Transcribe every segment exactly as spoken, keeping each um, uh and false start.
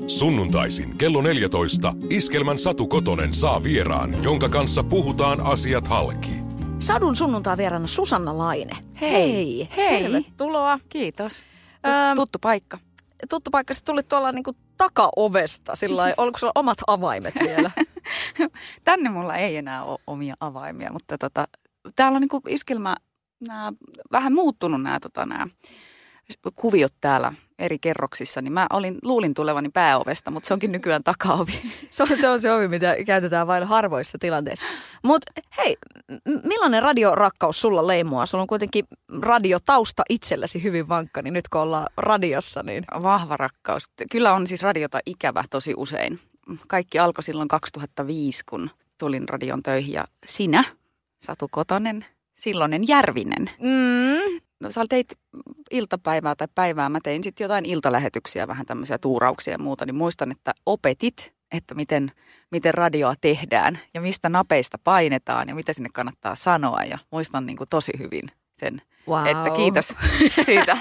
Sunnuntaisin kello neljätoista Iskelmän Satu Kotonen saa vieraan, jonka kanssa puhutaan asiat halki. Sadun sunnuntai vieraana Susanna Laine. Hei. Hei. Tervetuloa. Kiitos. Öm, Tuttu paikka. Tuttu paikka. Sä tulit tuolla niinku takaovesta. Sillai, oliko sulla omat avaimet vielä? Tänne mulla ei enää ole omia avaimia, mutta tota, täällä on niinku Iskelmä nää, vähän muuttunut nämä tota, kuviot täällä eri kerroksissa, niin mä olin, luulin tulevani pääovesta, mutta se onkin nykyään takaovi. Se on se, on se ovi, mitä käytetään vain harvoissa tilanteissa. Mutta hei, millainen radiorakkaus sulla leimua? Sulla on kuitenkin radiotausta itsellesi hyvin vankka, niin nyt kun ollaan radiossa, niin... Vahva rakkaus. Kyllä on siis radiota ikävä tosi usein. Kaikki alkoi silloin kaksituhattaviisi, kun tulin radion töihin ja sinä, Satu Kotonen, silloinen Järvinen. Mm. No sä teit iltapäivää tai päivää, mä tein sitten jotain iltalähetyksiä, vähän tämmöisiä tuurauksia ja muuta, niin muistan, että opetit, että miten, miten radioa tehdään ja mistä napeista painetaan ja mitä sinne kannattaa sanoa ja muistan niin kuin tosi hyvin sen, wow. Että kiitos siitä.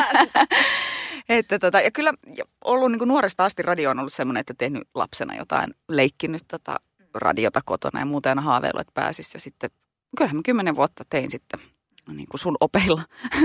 Että tota, ja kyllä ollut niin kuin nuoresta asti radio on ollut semmoinen, että tehnyt lapsena jotain, leikkinyt tota radiota kotona ja muuta aina haaveillut, että pääsisi ja sitten kyllähän mä kymmenen vuotta tein sitten niin kuin sun opeilla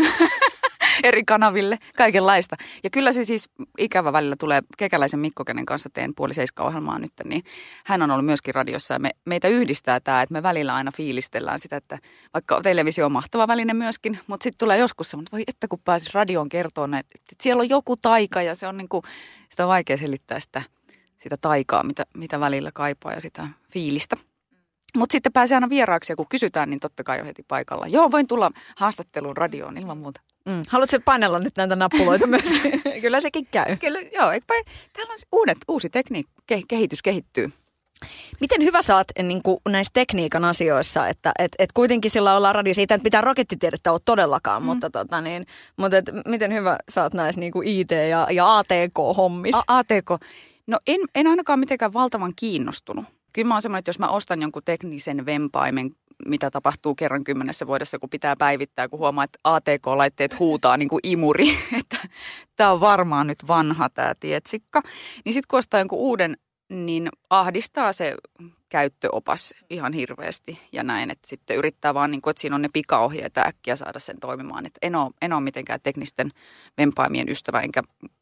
eri kanaville, kaikenlaista. Ja kyllä se siis ikävä välillä tulee Kekäläisen Mikko, kenen kanssa teen puoli seiskaa ohjelmaa nyt, niin hän on ollut myöskin radiossa ja me, meitä yhdistää tämä, että me välillä aina fiilistellään sitä, että vaikka televisio on mahtava väline myöskin, mutta sitten tulee joskus semmoinen, että voi että kun pääsis radioon kertoa, että, että siellä on joku taika ja se on niin kuin, sitä on vaikea selittää sitä, sitä taikaa, mitä, mitä välillä kaipaa ja sitä fiilistä. Mutta sitten pääsee aina vieraaksi ja kun kysytään, niin totta kai on heti paikalla. Joo, voin tulla haastatteluun radioon ilman muuta. Mm. Haluatko painella nyt näitä nappuloita myöskin? Kyllä sekin käy. Kyllä, joo. Täällä on uudet, uusi tekniik, ke, kehitys kehittyy. Miten hyvä sä oot niin kuin näissä tekniikan asioissa, että et, et kuitenkin sillä ollaan radiossa, ei tämä mitään rakettitiedettä ole todellakaan, mm. mutta, tota, niin, mutta et, miten hyvä sä oot näissä niin kuin I T- ja, ja A T K-hommissa? A- ATK? No en, en ainakaan mitenkään valtavan kiinnostunut. Kyllä mä oon semmoinen, että jos mä ostan jonkun teknisen vempaimen, mitä tapahtuu kerran kymmenessä vuodessa, kun pitää päivittää, kun huomaa, että A T K-laitteet huutaa niin kuin imuri, että tämä on varmaan nyt vanha tämä tietsikka. Niin sitten kun ostaa jonkun uuden, niin ahdistaa se käyttöopas ihan hirveästi ja näin, että sitten yrittää vaan, niin kuin, että siinä on ne pikaohjeet ja äkkiä saada sen toimimaan. Että en ole, en ole mitenkään teknisten vempaimien ystävä, enkä,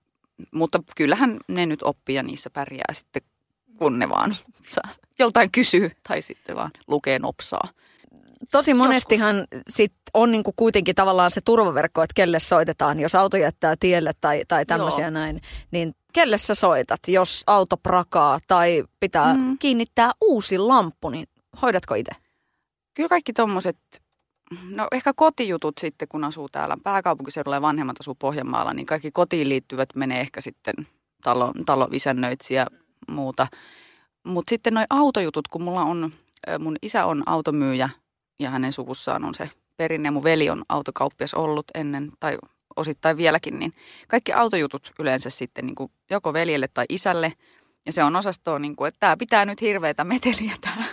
mutta kyllähän ne nyt oppii ja niissä pärjää sitten, kun ne vaan joltain kysyy tai sitten vaan lukee nopsaa. Tosi monestihan sit on niinku kuitenkin tavallaan se turvaverkko, että kelle soitetaan, jos auto jättää tielle tai, tai tämmöisiä Joo. näin. Niin kelle sä soitat, jos auto prakaa tai pitää mm. kiinnittää uusi lamppu, niin hoidatko itse? Kyllä kaikki tommoset, no ehkä kotijutut sitten, kun asuu täällä pääkaupunkiseudulla ja vanhemmat asuu Pohjanmaalla, niin kaikki kotiin liittyvät menee ehkä sitten talon, talon isännöitsijä ja muuta. Mutta sitten noi autojutut, kun mulla on, mun isä on automyyjä ja hänen suvussaan on se perinne ja mun veli on autokauppias ollut ennen tai osittain vieläkin, niin kaikki autojutut yleensä sitten niin kuin joko veljelle tai isälle. Ja se on osastoa, niin kuin, että tämä pitää nyt hirveätä meteliä tämä.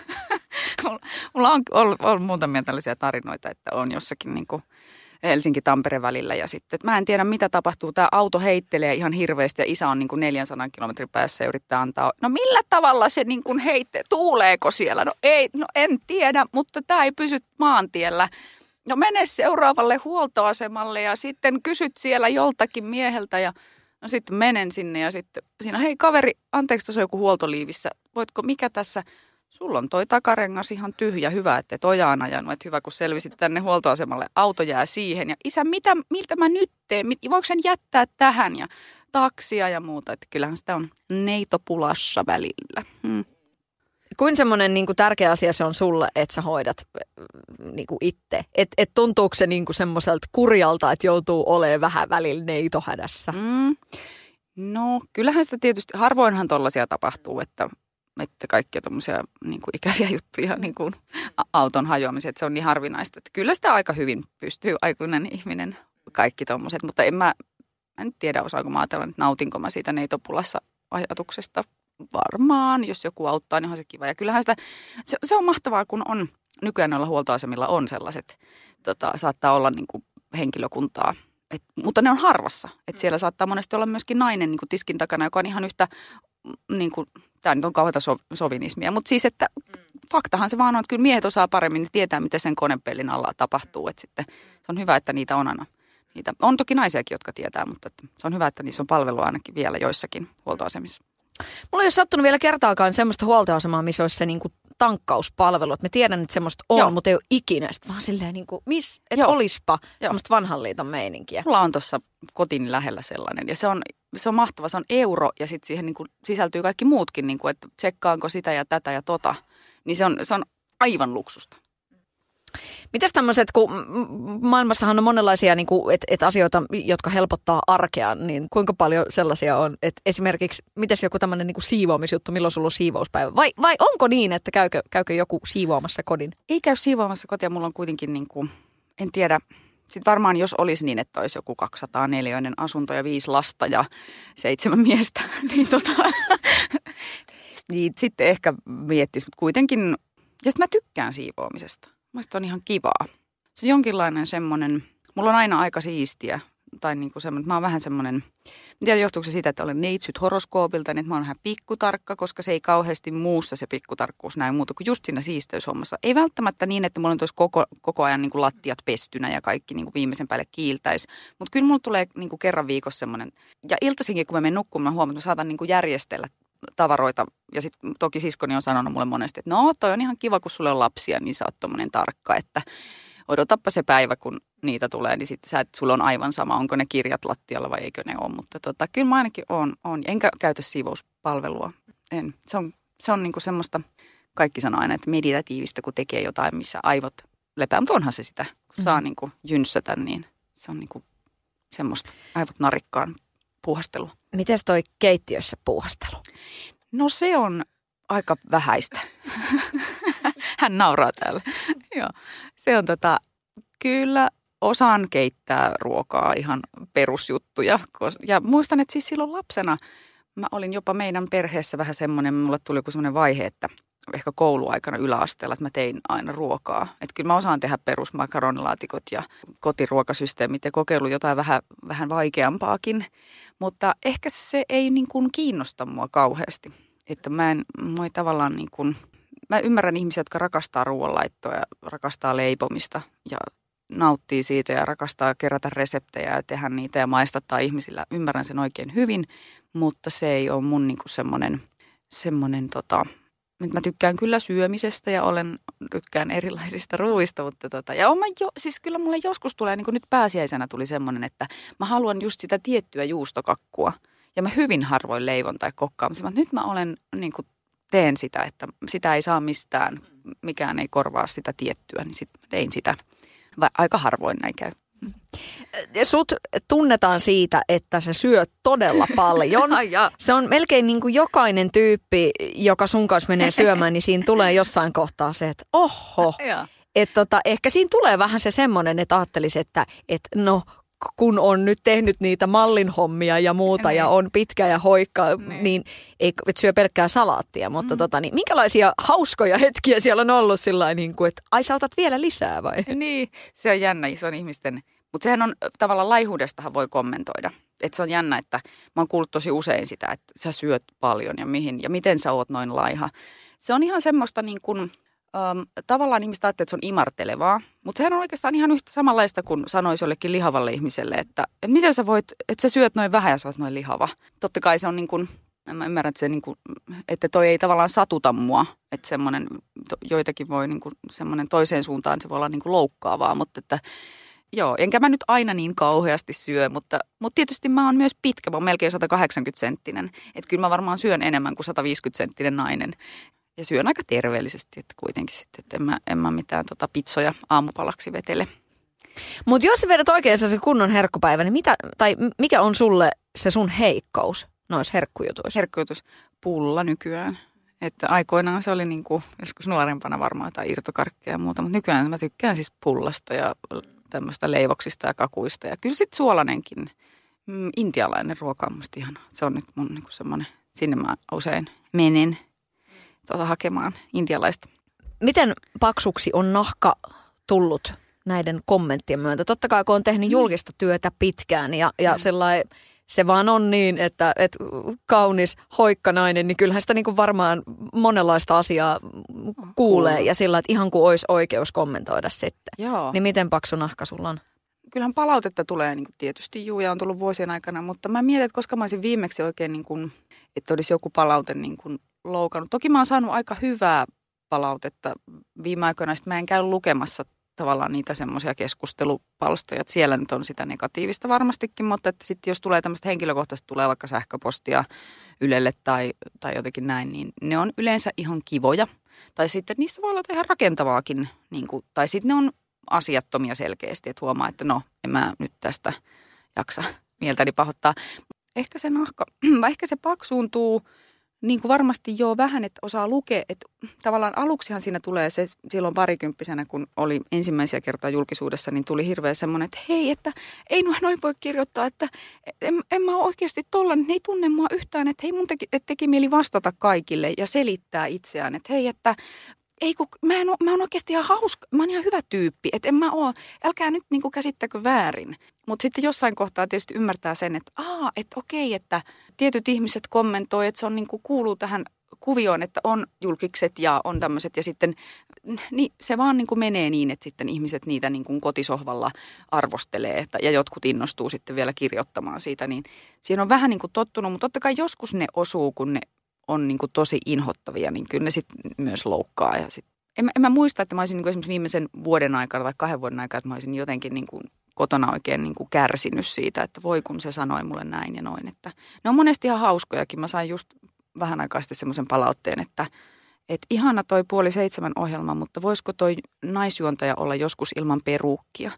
Mulla on ollut, ollut muutamia tällaisia tarinoita, että on jossakin niin kuin Helsinki-Tampere välillä ja sitten, että mä en tiedä mitä tapahtuu. Tämä auto heittelee ihan hirveästi ja isä on niin kuin neljänsadan kilometrin päässä ja yrittää antaa. No millä tavalla se niin kuin heitte, tuuleeko siellä? No ei, no en tiedä, mutta tämä ei pysy maantiellä. No mene seuraavalle huoltoasemalle ja sitten kysyt siellä joltakin mieheltä ja no sitten menen sinne ja sitten siinä, hei kaveri, anteeksi tuossa on joku huoltoliivissä, voitko, mikä tässä, sulla on toi takarengas ihan tyhjä, hyvä, että et ojaan ajanut, että hyvä kun selvisit tänne huoltoasemalle, auto jää siihen ja isä, mitä, miltä mä nyt teen, voiko sen jättää tähän ja taksia ja muuta, että kyllähän sitä on neitopulassa välillä. Hmm. Kuin semmoinen niin kuin tärkeä asia se on sulle, että sä hoidat niin kuin itse? Että et tuntuuko se niin kuin semmoiselta kurjalta, että joutuu olemaan vähän välillä neitohädässä? Mm. No kyllähän sitä tietysti, harvoinhan tollaisia tapahtuu, että, että kaikkia tommosia niin kuin ikäviä juttuja, niin kuin auton hajoamiset, se on niin harvinaista. Että kyllä sitä aika hyvin pystyy aikuinen ihminen kaikki tommoset, mutta en mä, en nyt tiedä osaanko mä ajatella, että nautinko mä siitä neitopulassa ajatuksesta. Varmaan, jos joku auttaa, niin on se kiva. Ja kyllähän sitä, se, se on mahtavaa, kun on nykyään noilla huoltoasemilla on sellaiset, tota, saattaa olla niin kuin henkilökuntaa et, mutta ne on harvassa. Että siellä saattaa monesti olla myöskin nainen niin kuin tiskin takana, joka on ihan yhtä, niin kuin, tämä nyt on kauheata so, sovinismia, mutta siis, että faktahan se vaan on, että kyllä miehet osaa paremmin, niin tietää, mitä sen konepellin alla tapahtuu. Että sitten se on hyvä, että niitä on aina. Niitä, on toki naisiakin, jotka tietää, mutta että se on hyvä, että niissä on palvelua ainakin vielä joissakin huoltoasemissa. Mulla ei ole sattunut vielä kertaakaan semmoista huoltoasemaa, missä olisi se niinku tankkauspalvelu. Et mä tiedän, että semmoista on, Joo. mutta ei ole ikinä. Sitten vaan silleen, niinku, miss, että olispa Joo. semmoista vanhan liiton meininkiä. Mulla on tuossa kotini lähellä sellainen ja se on, se on mahtava. Se on euro ja sitten siihen niinku sisältyy kaikki muutkin, niinku, että tsekkaanko sitä ja tätä ja tota. Niin se on, se on aivan luksusta. Mitäs tämmöiset, kun maailmassahan on monenlaisia niin kuin, et, et asioita, jotka helpottaa arkea, niin kuinka paljon sellaisia on? Et esimerkiksi, mitäs joku tämmöinen niin kuin siivoamisjuttu, milloin sulla on siivouspäivä? Vai, vai onko niin, että käykö, käykö joku siivoamassa kodin? Ei käy siivoamassa kotia, mulla on kuitenkin, niin kuin, en tiedä, sitten varmaan jos olisi niin, että olisi joku kaksisataaneljäinen asunto ja viisi lasta ja seitsemän miestä, niin tota, niin sitten ehkä miettisi, mutta kuitenkin, ja sitten mä tykkään siivoamisesta. Mielestäni on ihan kivaa. Se on jonkinlainen semmoinen, mulla on aina aika siistiä, tai niin kuin semmoinen, mä oon vähän semmoinen, en tiedä johtuuko se siitä, että olen neitsyt horoskoopilta, niin että mä oon vähän pikkutarkka, koska se ei kauheasti muussa se pikkutarkkuus näin muuta kuin just siinä siisteyshommassa. Ei välttämättä niin, että mulla on tuossa koko, koko ajan niin kuin lattiat pestynä ja kaikki niin kuin viimeisen päälle kiiltäisi, mutta kyllä mulla tulee niin kuin kerran viikossa semmoinen, ja iltaisinkin kun mä menen nukkumaan, mä huomaan, että mä saatan niin kuin järjestellä tavaroita. Ja sitten toki siskoni on sanonut mulle monesti, että no toi on ihan kiva, kun sulla on lapsia, niin sä oot tommonen tarkka, että odotappa se päivä, kun niitä tulee, niin sitten sä, sulla on aivan sama, onko ne kirjat lattialla vai eikö ne ole. Mutta tota, kyllä mä ainakin oon, oon. Enkä käytä siivouspalvelua. En. Se on, se on niinku semmoista, kaikki sanoo aina, että meditatiivista, kun tekee jotain, missä aivot lepää. Mutta onhan se sitä, kun mm-hmm. saa niinku jynssätä, niin se on niinku semmoista aivot narikkaan puuhastelua. Mites toi keittiössä puuhastelu? No se on aika vähäistä. Hän nauraa täällä. Joo. Se on tota, kyllä osaan keittää ruokaa, ihan perusjuttuja. Ja muistan, että siis silloin lapsena mä olin jopa meidän perheessä vähän semmoinen, mulle tuli joku semmoinen vaihe, että ehkä kouluaikana yläasteella, että mä tein aina ruokaa. Että kyllä mä osaan tehdä perusmakaronilaatikot ja kotiruokasysteemit ja kokeillut jotain vähän, vähän vaikeampaakin. Mutta ehkä se ei niin kuin kiinnosta mua kauheasti. Että mä en, mä ei tavallaan niin kuin, mä ymmärrän ihmisiä, jotka rakastaa ruoanlaittoa ja rakastaa leipomista ja nauttii siitä ja rakastaa kerätä reseptejä ja tehdä niitä ja maistattaa ihmisillä. Ymmärrän sen oikein hyvin, mutta se ei ole mun niin kuin semmoinen, semmoinen tota, mä tykkään kyllä syömisestä ja olen, tykkään erilaisista ruuista, mutta tota, ja mä jo, siis kyllä mulle joskus tulee, niin kuin nyt pääsiäisenä tuli semmoinen, että mä haluan just sitä tiettyä juustokakkua ja mä hyvin harvoin leivon tai kokkaan, mutta nyt mä olen, niin kuin teen sitä, että sitä ei saa mistään, mikään ei korvaa sitä tiettyä, niin sitten tein sitä, vai aika harvoin näin käy. Sut tunnetaan siitä, että sä syöt todella paljon. Se on melkein niin kuin jokainen tyyppi, joka sun kanssa menee syömään, niin siinä tulee jossain kohtaa se, että oho. Että tota, ehkä siinä tulee vähän se semmoinen, että ajattelisi, että et no kun on nyt tehnyt niitä mallinhommia ja muuta niin. Ja on pitkä ja hoikka, niin, niin ei et syö pelkkää salaattia. Mutta mm. tota, niin, minkälaisia hauskoja hetkiä siellä on ollut sillä niin kuin, että ai sä otat vielä lisää vai? Niin, se on jännä, se on ihmisten. Mutta sehän on tavallaan laihuudestahan voi kommentoida. Että se on jännä, että mä oon kuullut tosi usein sitä, että sä syöt paljon ja mihin ja miten sä oot noin laiha. Se on ihan semmoista niin kuin, äm, tavallaan ihmistä ajattelee, että se on imartelevaa. Mutta sehän on oikeastaan ihan yhtä samanlaista kuin sanoisi jollekin lihavalle ihmiselle, että, että miten sä voit, että sä syöt noin vähän ja sä oot noin lihava. Totta kai se on niin kuin, mä ymmärrän, että, se niin kuin, että toi ei tavallaan satuta mua. Että semmoinen, joitakin voi niin kuin semmoinen toiseen suuntaan, se voi olla niin kuin loukkaavaa, mutta että joo, enkä mä nyt aina niin kauheasti syö, mutta, mutta tietysti mä oon myös pitkä, mä oon melkein sata kahdeksankymmentä senttinen. Että kyllä mä varmaan syön enemmän kuin sata viisikymmentä senttinen nainen. Ja syön aika terveellisesti, että kuitenkin sitten, että en mä, en mä mitään tota pizzoja aamupalaksi vetele. Mutta jos sä vedät oikein se kunnon herkkupäivä, niin mitä, tai mikä on sulle se sun heikkous noissa herkkujutuissa? Herkkujutus, pulla nykyään. Että aikoinaan se oli niin kuin, joskus nuorempana varmaan jotain irtokarkkeja ja muuta, mutta nykyään mä tykkään siis pullasta ja tämmöistä leivoksista ja kakuista. Ja kyllä sitten suolanenkin, mm, intialainen ruoka on musta ihanaa. Se on nyt mun niin kuin semmoinen, sinne mä usein menen tuota hakemaan intialaista. Miten paksuksi on nahka tullut näiden kommenttien myötä. Totta kai kun on tehnyt julkista työtä pitkään ja, ja sellainen, se vaan on niin, että, että kaunis hoikkanainen, niin kyllähän sitä niin kuin varmaan monenlaista asiaa kuulee ja sillä, että ihan kuin olisi oikeus kommentoida sitten. Joo. Niin miten paksu nahka sulla on? Kyllähän palautetta tulee niin kuin tietysti juu ja on tullut vuosien aikana, mutta mä mietin, että koska mä olisin viimeksi oikein, niin kuin, että olisi joku palaute niin kuin loukannut. Toki mä oon saanut aika hyvää palautetta viime aikoina, sitten mä en käy lukemassa tavallaan niitä semmoisia keskustelupalstoja, että siellä nyt on sitä negatiivista varmastikin, mutta että sitten jos tulee tämmöistä henkilökohtaisesti, tulee vaikka sähköpostia Ylelle tai, tai jotenkin näin, niin ne on yleensä ihan kivoja. Tai sitten niissä voi olla ihan rakentavaakin, niin kuin, tai sitten ne on asiattomia selkeästi, että huomaa, että no, en mä nyt tästä jaksa mieltäni pahoittaa. Ehkä se nahka, ehkä se paksuuntuu niin kuin varmasti joo vähän, että osaa lukea, että tavallaan aluksihan siinä tulee se silloin parikymppisenä, kun oli ensimmäisiä kertaa julkisuudessa, niin tuli hirveä semmoinen, että hei, että ei noin, noin voi kirjoittaa, että en, en mä ole oikeasti tollainen, ne ei tunne mua yhtään, että hei mun teki, että teki mieli vastata kaikille ja selittää itseään, että hei, että ei kun mä, en ole, mä oon oikeasti ihan hauska, mä oon ihan hyvä tyyppi, että en mä oo, älkää nyt niinku käsittäkö väärin. Mutta sitten jossain kohtaa tietysti ymmärtää sen, että aa, että okei, että tietyt ihmiset kommentoi, että se on niinku kuuluu tähän kuvioon, että on julkikset ja on tämmöiset ja sitten niin se vaan niinku menee niin, että sitten ihmiset niitä niinku kotisohvalla arvostelee ja jotkut innostuu sitten vielä kirjoittamaan siitä, niin siinä on vähän niinku tottunut, mutta totta kai joskus ne osuu, kun ne on niin kuin tosi inhottavia, niin kyllä ne sitten myös loukkaa. Ja sit, en, mä, en mä muista, että mä olisin niin kuin esimerkiksi viimeisen vuoden aikana tai kahden vuoden aikana, että mä olisin jotenkin niin kuin kotona oikein niin kuin kärsinyt siitä, että voi kun se sanoi mulle näin ja noin. Että ne on monesti ihan hauskojakin. Mä sain just vähän aikaa sitten semmoisen palautteen, että, että ihana toi puoli seitsemän ohjelma, mutta voisiko toi naisjuontaja olla joskus ilman peruukkia?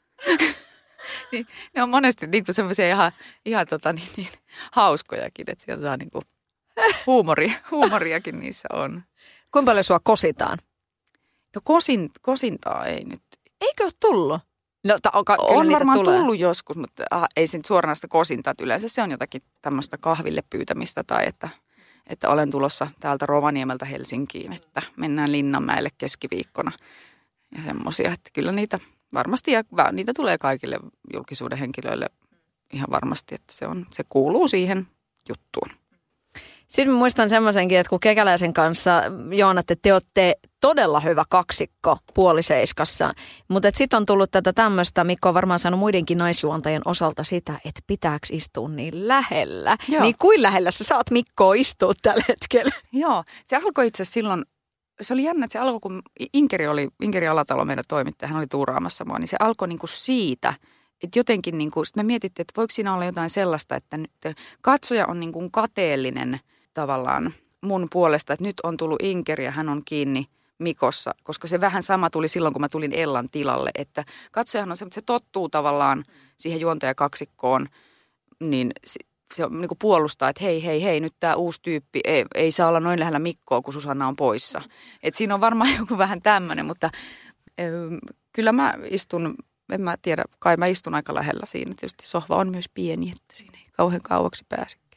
Niin, ne on monesti niin kuin semmoisia ihan, ihan tota, niin, niin, hauskojakin, että sieltä saa niin kuin Huumori, huumoriakin niissä on. Kuinka paljon sua kositaan? No kosin, kosintaa ei nyt. Eikö ole tullut? No, ta- on, on varmaan tulee. Tullut joskus, mutta ah, ei se nyt suoranaista kosintaa. Yleensä se on jotakin tämmöistä kahville pyytämistä tai että, että olen tulossa täältä Rovaniemeltä Helsinkiin, että mennään Linnanmäelle keskiviikkona ja semmoisia. Että kyllä niitä varmasti ja niitä tulee kaikille julkisuuden henkilöille ihan varmasti, että se, on, se kuuluu siihen juttuun. Sitten muistan semmoisenkin, että kun Kekäläisen kanssa, Joona, että te olette todella hyvä kaksikko puoliseiskassa, mutta sitten on tullut tätä tämmöistä, Mikko on varmaan saanut muidenkin naisjuontajien osalta sitä, että pitääkö istua niin lähellä. Joo. Niin kuin lähellä sä saat Mikkoa istua tällä hetkellä? Joo, se alkoi itse asiassa silloin, se oli jännä, että se alkoi, kun Inkeri oli, Inkeri Alatalo meidän toimittaja, hän oli tuuraamassa mua, niin se alkoi niinku siitä, että jotenkin niinku, sitten me mietittiin, että voiko siinä olla jotain sellaista, että nyt katsoja on niinku kateellinen tavallaan mun puolesta, että nyt on tullut Inkeri ja hän on kiinni Mikossa, koska se vähän sama tuli silloin, kun mä tulin Ellan tilalle, että katsojahan on se, että se tottuu tavallaan siihen juontajakaksikkoon, niin se on niin kuin puolustaa, että hei, hei, hei, nyt tämä uusi tyyppi ei, ei saa olla noin lähellä Mikkoa, kun Susanna on poissa. Et siinä on varmaan joku vähän tämmöinen, mutta ö, kyllä mä istun, en mä tiedä, kai mä istun aika lähellä siinä. Tietysti sohva on myös pieni, että siinä ei kauhean kauaksi pääsekään.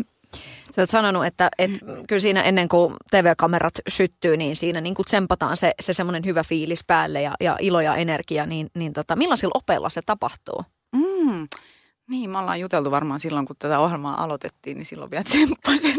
Sä oot sanonut, että, että kyllä siinä ennen kuin T V-kamerat syttyy, niin siinä niin kuin tsempataan se, se semmoinen hyvä fiilis päälle ja, ja ilo ja energia, niin, niin tota, millaisilla opeilla se tapahtuu? Mm, niin, me ollaan juteltu varmaan silloin, kun tätä ohjelmaa aloitettiin, niin silloin vielä tsemppasin.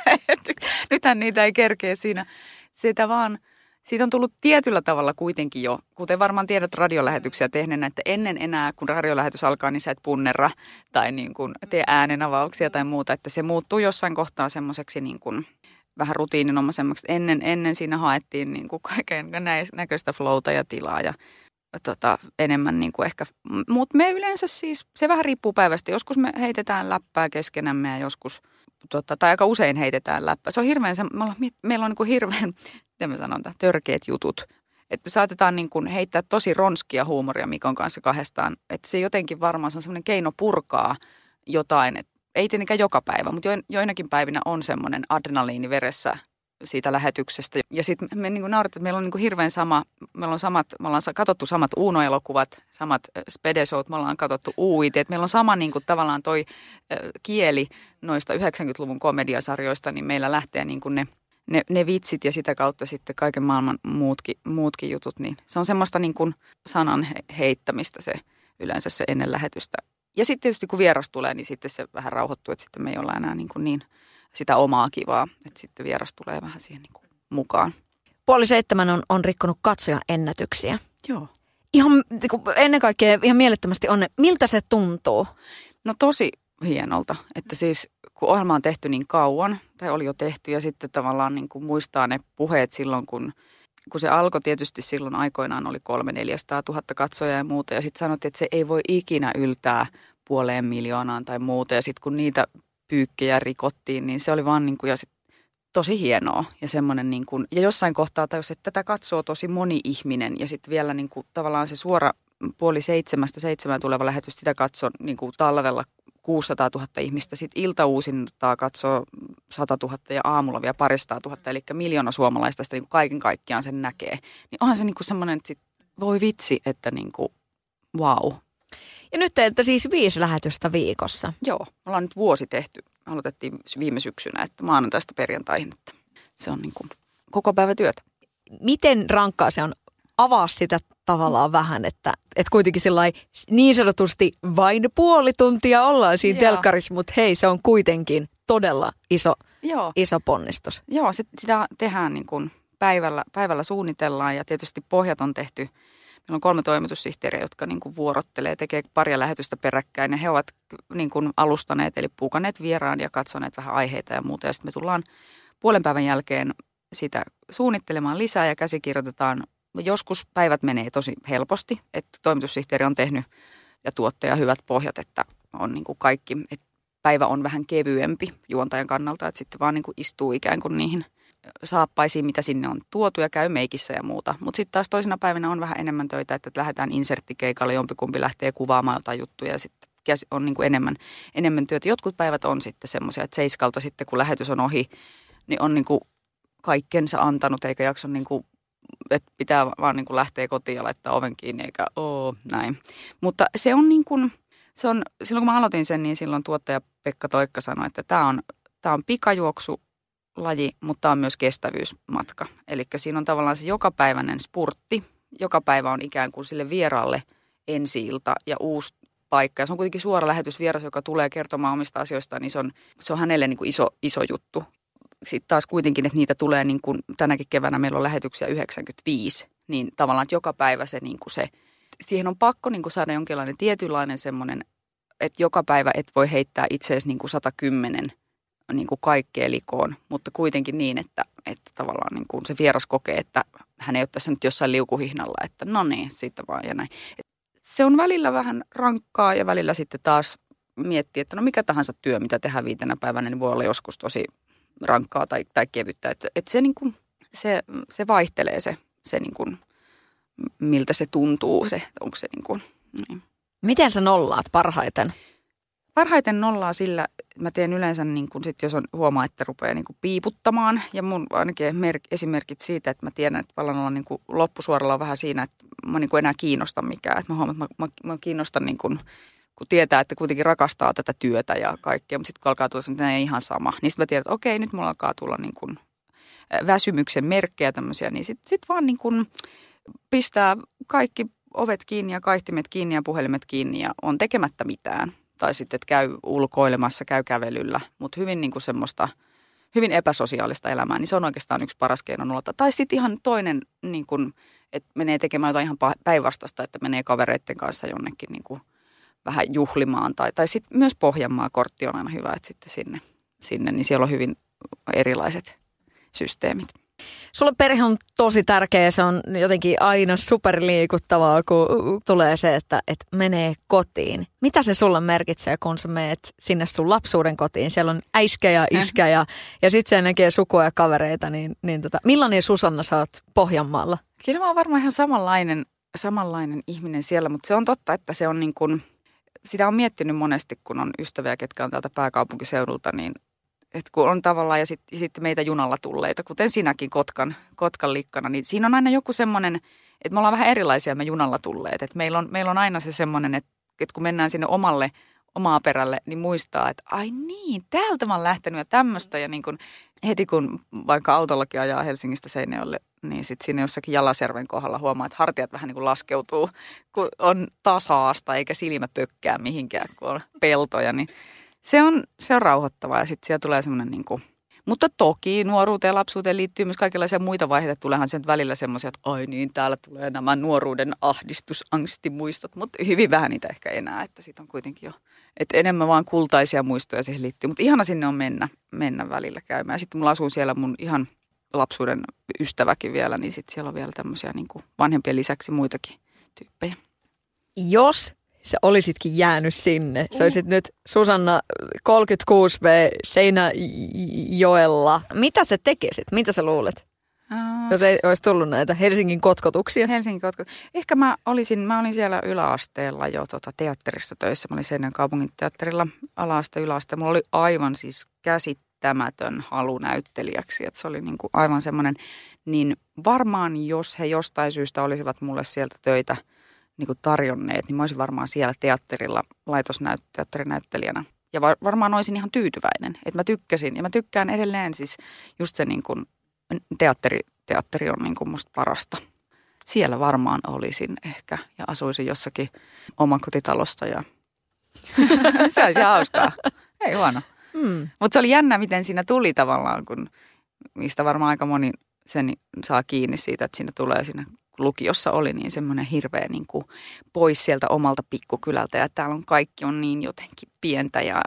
Nythän niitä ei kerkeä siinä. Sitä vaan, siitä on tullut tietyllä tavalla kuitenkin jo, kuten varmaan tiedät radiolähetyksiä tehneenä, että ennen enää, kun radiolähetys alkaa, niin sä et punnerra tai niin kuin tee äänenavauksia tai muuta, että se muuttuu jossain kohtaa semmoiseksi niin kuin vähän rutiininomaisemmaksi. Ennen, ennen siinä haettiin niin kuin kaiken näköistä flowta ja tilaa ja tota, enemmän niin kuin ehkä, mutta me yleensä siis, se vähän riippuu päivästä. Joskus me heitetään läppää keskenämme ja joskus, tota, tai aika usein heitetään läppää. Se on hirveän, me ollaan, meillä on niin kuin hirveän, miten mä sanon, törkeät jutut. Että me saatetaan niin kuin heittää tosi ronskia huumoria Mikon kanssa kahdestaan. Että se jotenkin varmaan se on semmoinen keino purkaa jotain. Et ei tietenkään joka päivä, mutta joinakin päivinä on semmoinen adrenaliini veressä siitä lähetyksestä. Ja sitten me niin kuin nauretaan, että meillä on niin kuin hirveän sama, meillä on samat, me ollaan katsottu samat Uuno-elokuvat, samat Spedeshowt, me ollaan katsottu U I T. Että meillä on sama niin kuin tavallaan toi kieli noista yhdeksänkymmentäluvun komediasarjoista, niin meillä lähtee niin kuin ne ne, ne vitsit ja sitä kautta sitten kaiken maailman muutkin, muutkin jutut, niin se on semmoista niin kuin sanan heittämistä se yleensä se ennen lähetystä. Ja sitten tietysti kun vieras tulee, niin sitten se vähän rauhoittuu, että sitten me ei olla enää niin, kuin niin sitä omaa kivaa, että sitten vieras tulee vähän siihen niin kuin mukaan. Puoli seitsemän on, on rikkonut katsoja ennätyksiä. Joo. Ihan ennen kaikkea ihan mielettömästi on, miltä se tuntuu? No tosi hienolta, että siis kun ohjelma on tehty niin kauan, tai oli jo tehty, ja sitten tavallaan niin kuin muistaa ne puheet silloin, kun, kun se alkoi tietysti silloin aikoinaan oli kolme neljäsataa tuhatta katsojaa ja muuta, ja sitten sanottiin, että se ei voi ikinä yltää puoleen miljoonaan tai muuta, ja sitten kun niitä pyykkejä rikottiin, niin se oli vaan niin kuin, ja sit tosi hienoa, ja semmoinen niin kuin, ja jossain kohtaa tajus, että tätä katsoo tosi moni ihminen, ja sitten vielä niin kuin, tavallaan se suora puoli seitsemästä seitsemään tuleva lähetys, sitä katsoo niin kuin talvella kuusisataatuhatta ihmistä, sitten iltauusintaa katsoo satatuhatta ja aamulla vielä paristaa tuhatta, eli miljoona suomalaista sitä niin kuin kaiken kaikkiaan sen näkee. Niin onhan se niin kuin semmoinen, että sit, voi vitsi, että niin kuin, vau. Ja nyt teette siis viisi lähetystä viikossa. Joo, me ollaan nyt vuosi tehty. Aloitettiin viime syksynä, että maanantaista perjantaihin, että se on niin kuin koko päivä työtä. Miten rankkaa se on? Avaa sitä tavallaan vähän, että, että kuitenkin niin sanotusti vain puoli tuntia ollaan siinä Joo. telkkarissa, mutta hei, se on kuitenkin todella iso, Joo. iso ponnistus. Joo, se, sitä tehdään niin kuin päivällä, päivällä suunnitellaan ja tietysti pohjat on tehty. Meillä on kolme toimitussihteeriä, jotka niin kuin vuorottelee, tekee paria lähetystä peräkkäin ja he ovat niin kuin alustaneet eli puukaneet vieraan ja katsoneet vähän aiheita ja muuta. Ja sitten me tullaan puolen päivän jälkeen sitä suunnittelemaan lisää ja käsikirjoitetaan. Joskus päivät menee tosi helposti, että toimitussihteeri on tehnyt ja tuottaja hyvät pohjat, että on niin kuin kaikki, että päivä on vähän kevyempi juontajan kannalta, että sitten vaan niin kuin istuu ikään kuin niihin saappaisiin, mitä sinne on tuotu ja käy meikissä ja muuta. Mutta sitten taas toisena päivänä on vähän enemmän töitä, että lähdetään inserttikeikalle, jompikumpi lähtee kuvaamaan jotain juttuja ja sitten on niin kuin enemmän, enemmän työtä. Jotkut päivät on sitten semmoisia, että seiskalta sitten kun lähetys on ohi, niin on niin kuin kaikkensa antanut eikä jaksa niin kuin että pitää vaan niin kuin lähteä kotiin ja laittaa oven kiinni eikä oo näin. Mutta se on niin kuin, se on, silloin kun mä aloitin sen, niin silloin tuottaja Pekka Toikka sanoi, että tämä on, tämä on pikajuoksulaji, mutta tämä on myös kestävyysmatka. Eli siinä on tavallaan se jokapäiväinen spurtti. Joka päivä on ikään kuin sille vieraalle ensi-ilta ja uusi paikka. Ja se on kuitenkin suora lähetysvieras, joka tulee kertomaan omista asioistaan, niin se on, se on hänelle niin kuin iso, iso juttu. Sitten taas kuitenkin, että niitä tulee niin kuin tänäkin keväänä meillä on lähetyksiä yhdeksänkymmentäviisi, niin tavallaan, että joka päivä se, niin kuin se siihen on pakko niin kuin saada jonkinlainen tietynlainen semmoinen, että joka päivä et voi heittää itseesi niin kuin sata kymmenen niin kuin kaikkeen likoon, mutta kuitenkin niin, että, että tavallaan niin kuin se vieras kokee, että hän ei ole tässä nyt jossain liukuhihnalla, että no niin, siitä vaan ja näin. Se on välillä vähän rankkaa ja välillä sitten taas miettii, että no mikä tahansa työ, mitä tehdään viitenä päivänä, niin voi olla joskus tosi rankkaa tai, tai kevyttä. Että et se, niinku, se, se vaihtelee se, se niinku, miltä se tuntuu, se, onko se niinku, niin. Miten sä nollaat parhaiten? Parhaiten nollaa sillä, mä teen yleensä, niin kun sit, jos on huomaa, että rupeaa niin kun piiputtamaan. Ja mun ainakin merk, esimerkit siitä, että mä tiedän, että vallan olla niin kun loppusuoralla on vähän siinä, että mä niin kun enää kiinnosta mikään. Että mä huomaan, että mä, mä, mä kiinnostan niin kun, kun tietää, että kuitenkin rakastaa tätä työtä ja kaikkea. Mutta sitten kun alkaa tulla, että ei ihan sama. Niin sitten mä tiedän, että okei, nyt mulla alkaa tulla niin kun väsymyksen merkkejä tämmöisiä. Niin sitten sit vaan niin kun pistää kaikki ovet kiinni ja kaihtimet kiinni ja puhelimet kiinni ja on tekemättä mitään. Tai sitten, että käy ulkoilemassa, käy kävelyllä, mutta hyvin niin kuin semmoista, hyvin epäsosiaalista elämää, niin se on oikeastaan yksi paras keino nollata. Tai sitten ihan toinen, niin kuin, että menee tekemään jotain ihan päinvastaista, että menee kavereiden kanssa jonnekin niin kuin vähän juhlimaan. Tai, tai sitten myös Pohjanmaa-kortti on aina hyvä, että sitten sinne, sinne, niin siellä on hyvin erilaiset systeemit. Sulle perhe on tosi tärkeä, se on jotenkin aina superliikuttavaa, kun tulee se, että, että menee kotiin. Mitä se sulle merkitsee, kun sä meet sinne sun lapsuuden kotiin? Siellä on äiskä ja iskä ja, ja sit se näkee sukua ja kavereita, niin, niin tota, millainen Susanna sä oot Pohjanmaalla? Kyllä mä oon varmaan ihan samanlainen, samanlainen ihminen siellä, mutta se on totta, että se on niin kuin, sitä on miettinyt monesti, kun on ystäviä, ketkä on täältä pääkaupunkiseudulta, niin että kun on tavallaan ja sitten sit meitä junalla tulleita, kuten sinäkin Kotkan, Kotkan likkana, niin siinä on aina joku semmoinen, että me ollaan vähän erilaisia me junalla tulleet. Että meillä on, meillä on aina se semmoinen, että, että kun mennään sinne omalle, omaa perälle, niin muistaa, että ai niin, täältä mä oon lähtenyt ja tämmöistä. Ja niin kun, heti kun vaikka autollakin ajaa Helsingistä Seinäjoelle, niin sitten siinä jossakin Jalasjärven kohdalla huomaa, että hartiat vähän niin kuin laskeutuu, kun on tasaasta eikä silmä pökkää mihinkään, kun on peltoja. Niin se on, se on rauhoittavaa ja sitten siellä tulee semmoinen niin kuin, mutta toki nuoruuteen ja lapsuuteen liittyy myös kaikenlaisia muita vaiheita. Tuleehan sen välillä semmoisia, että ai niin, täällä tulee nämä nuoruuden ahdistusangstimuistot, mutta hyvin vähän niitä ehkä enää, että siitä on kuitenkin jo, että enemmän vaan kultaisia muistoja siihen liittyy. Mutta ihana sinne on mennä, mennä välillä käymään. Ja sitten mulla asuu siellä mun ihan lapsuuden ystäväkin vielä, niin sitten siellä on vielä tämmöisiä niin kuin vanhempien lisäksi muitakin tyyppejä. Jos sä olisitkin jäänyt sinne, sä olisit nyt Susanna kolmekymmentäkuusi B Seinäjoella. Mitä sä tekisit? Mitä sä luulet? Uh, Jos ei olisi tullut näitä Helsingin kotkotuksia. Helsingin kotkotuksia. Ehkä mä olisin, mä olin siellä yläasteella jo tota, teatterissa töissä. Mä olin Seinäjoen kaupungin teatterilla ala-aste, yläaste. Mulla oli aivan siis käsittämätön halu näyttelijäksi. Että se oli niinku aivan semmoinen, niin varmaan jos he jostain syystä olisivat mulle sieltä töitä niin kuin tarjonneet, niin mä olisin varmaan siellä teatterilla laitosnäyttelijänä. Ja var, varmaan olisin ihan tyytyväinen, että mä tykkäsin. Ja mä tykkään edelleen siis just se niin kuin teatteri, teatteri on niin kuin musta parasta. Siellä varmaan olisin ehkä ja asuisin jossakin omakotitalossa ja se olisi hauskaa. Ei huono. Mm. Mutta se oli jännä, miten siinä tuli tavallaan, kun mistä varmaan aika moni sen saa kiinni siitä, että siinä tulee siinä lukiossa oli niin semmoinen hirveä niin kuin pois sieltä omalta pikkukylältä ja täällä on kaikki on niin jotenkin pientä ja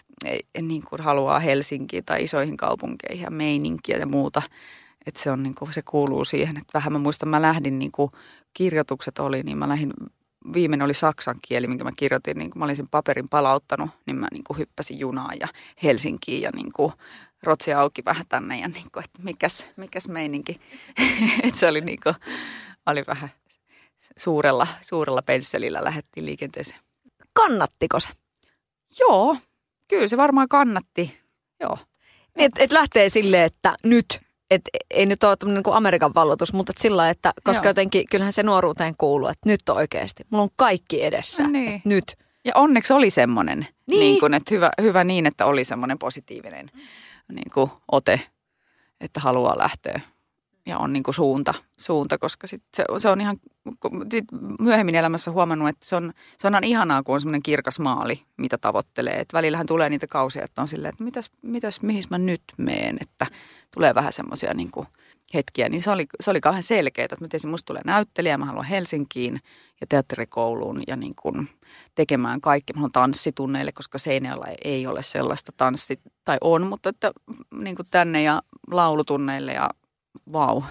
niin kuin haluaa Helsinkiin tai isoihin kaupunkeihin ja meininkiä ja muuta. Että se on niin kuin, se kuuluu siihen, että vähän mä muistan, mä lähdin niin kuin kirjoitukset oli, niin mä lähdin, viimeinen oli saksan kieli, minkä mä kirjoitin, niin kun mä olin sen paperin palauttanut, niin mä niin kuin hyppäsin junaan ja Helsinkiin ja niin kuin rotsi auki vähän tänne ja niin kuin, että mikäs, mikäs meininki. Että se oli niin kuin, oli vähän suurella, suurella pensselillä lähdettiin liikenteeseen. Kannattiko se? Joo, kyllä se varmaan kannatti, joo. Niin, että et lähtee silleen, että nyt, että ei nyt ole tämmöinen niin Amerikan valloitus, mutta et sillä että koska joo. Jotenkin kyllähän se nuoruuteen kuuluu, että nyt oikeasti, mulla on kaikki edessä, niin. Että nyt. Ja onneksi oli semmoinen, niin. Niin kuin, että hyvä, hyvä niin, että oli semmoinen positiivinen niin kuin ote, että haluaa lähteä. Ja on niin kuin suunta, suunta, koska sit se, se on ihan sit myöhemmin elämässä huomannut, että se on, se on ihanaa, kun on semmoinen kirkas maali, mitä tavoittelee. Et välillähän tulee niitä kausia, että on silleen, että mitäs, mitäs mihin mä nyt meen, että tulee vähän semmoisia niin kuin hetkiä. Niin se oli, se oli kauhean selkeää, että mä tiesin, musta tulee näyttelijä, mä haluan Helsinkiin ja teatterikouluun ja niin kuin tekemään kaikki. Mä haluan tanssitunneille, koska Seinäjoella ei ole sellaista tanssi, tai on, mutta että niin kuin tänne ja laulutunneille ja vau.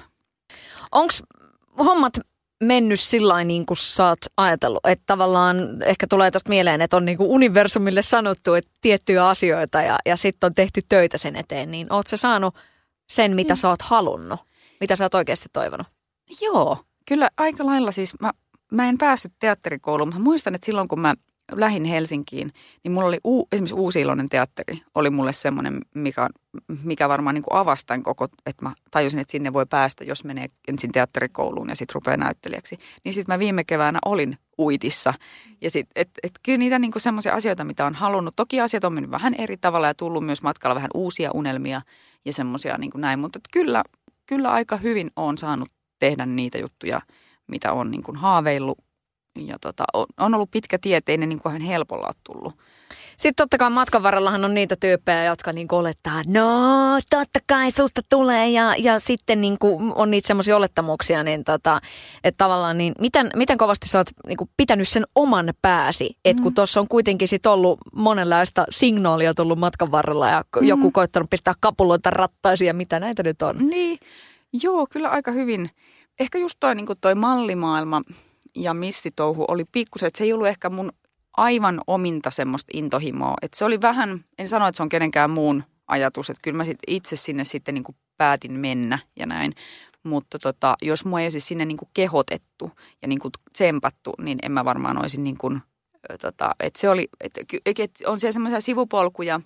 Onko hommat mennyt sillä niin kuin sä oot ajatellut, että tavallaan ehkä tulee tuosta mieleen, että on niin kuin universumille sanottu, että tiettyjä asioita ja, ja sitten on tehty töitä sen eteen, niin oot sä saanut sen, mitä mm. sä oot halunnut? Mitä sä oot oikeasti toivonut? Joo, kyllä aika lailla siis. Mä, mä en päässyt teatterikouluun, mutta muistan, että silloin kun mä lähdin Helsinkiin, niin mulla oli uu, esimerkiksi Uusi-Iloinen teatteri oli mulle semmoinen, mikä, mikä varmaan niin kuin avasi tämän koko, että mä tajusin, että sinne voi päästä, jos menee ensin teatterikouluun ja sitten rupeaa näyttelijäksi. Niin sitten mä viime keväänä olin Uitissa. Ja sitten, että et kyllä niitä niin kuin semmoisia asioita, mitä on halunnut. Toki asiat on mennyt vähän eri tavalla ja tullut myös matkalla vähän uusia unelmia ja semmoisia niin kuin näin. Mutta kyllä, kyllä aika hyvin on saanut tehdä niitä juttuja, mitä on niin kuin haaveillut. Ja tota, on, on ollut pitkä tie, ettei ne niin kuin helpolla ole tullut. Sitten totta kai matkan varrellahan on niitä tyyppejä, jotka niin kuin olettaa, no totta kai susta tulee ja, ja sitten niin kuin on niitä semmoisia olettamuksia, niin tota, että tavallaan niin miten, miten kovasti sä oot niin kuin pitänyt sen oman pääsi, että kun mm. tuossa on kuitenkin sit ollut monenlaista signaalia tullut matkan varrella ja mm. joku koittanut pistää kapuloita rattaisiin ja mitä näitä nyt on. Niin, joo, kyllä aika hyvin. Ehkä just toi, niin kuin toi mallimaailma ja missitouhu oli pikkusen, että se ei ollut ehkä mun aivan ominta semmoista intohimoa. Että se oli vähän, en sano, että se on kenenkään muun ajatus, että kyllä mä sit itse sinne sitten niin kuin päätin mennä ja näin. Mutta tota, jos mua ei olisi sinne niin kuin kehotettu ja niin kuin tsempattu, niin en mä varmaan olisi niin kuin, tota, että se oli, että et on siellä semmoisia sivupolkuja,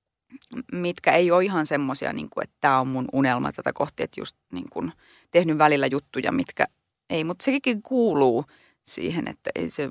mitkä ei ole ihan semmoisia, niin kuin, että tämä on mun unelma tätä kohti, että just niin kuin tehnyt välillä juttuja, mitkä ei, mutta sekin kuuluu siihen, että ei se,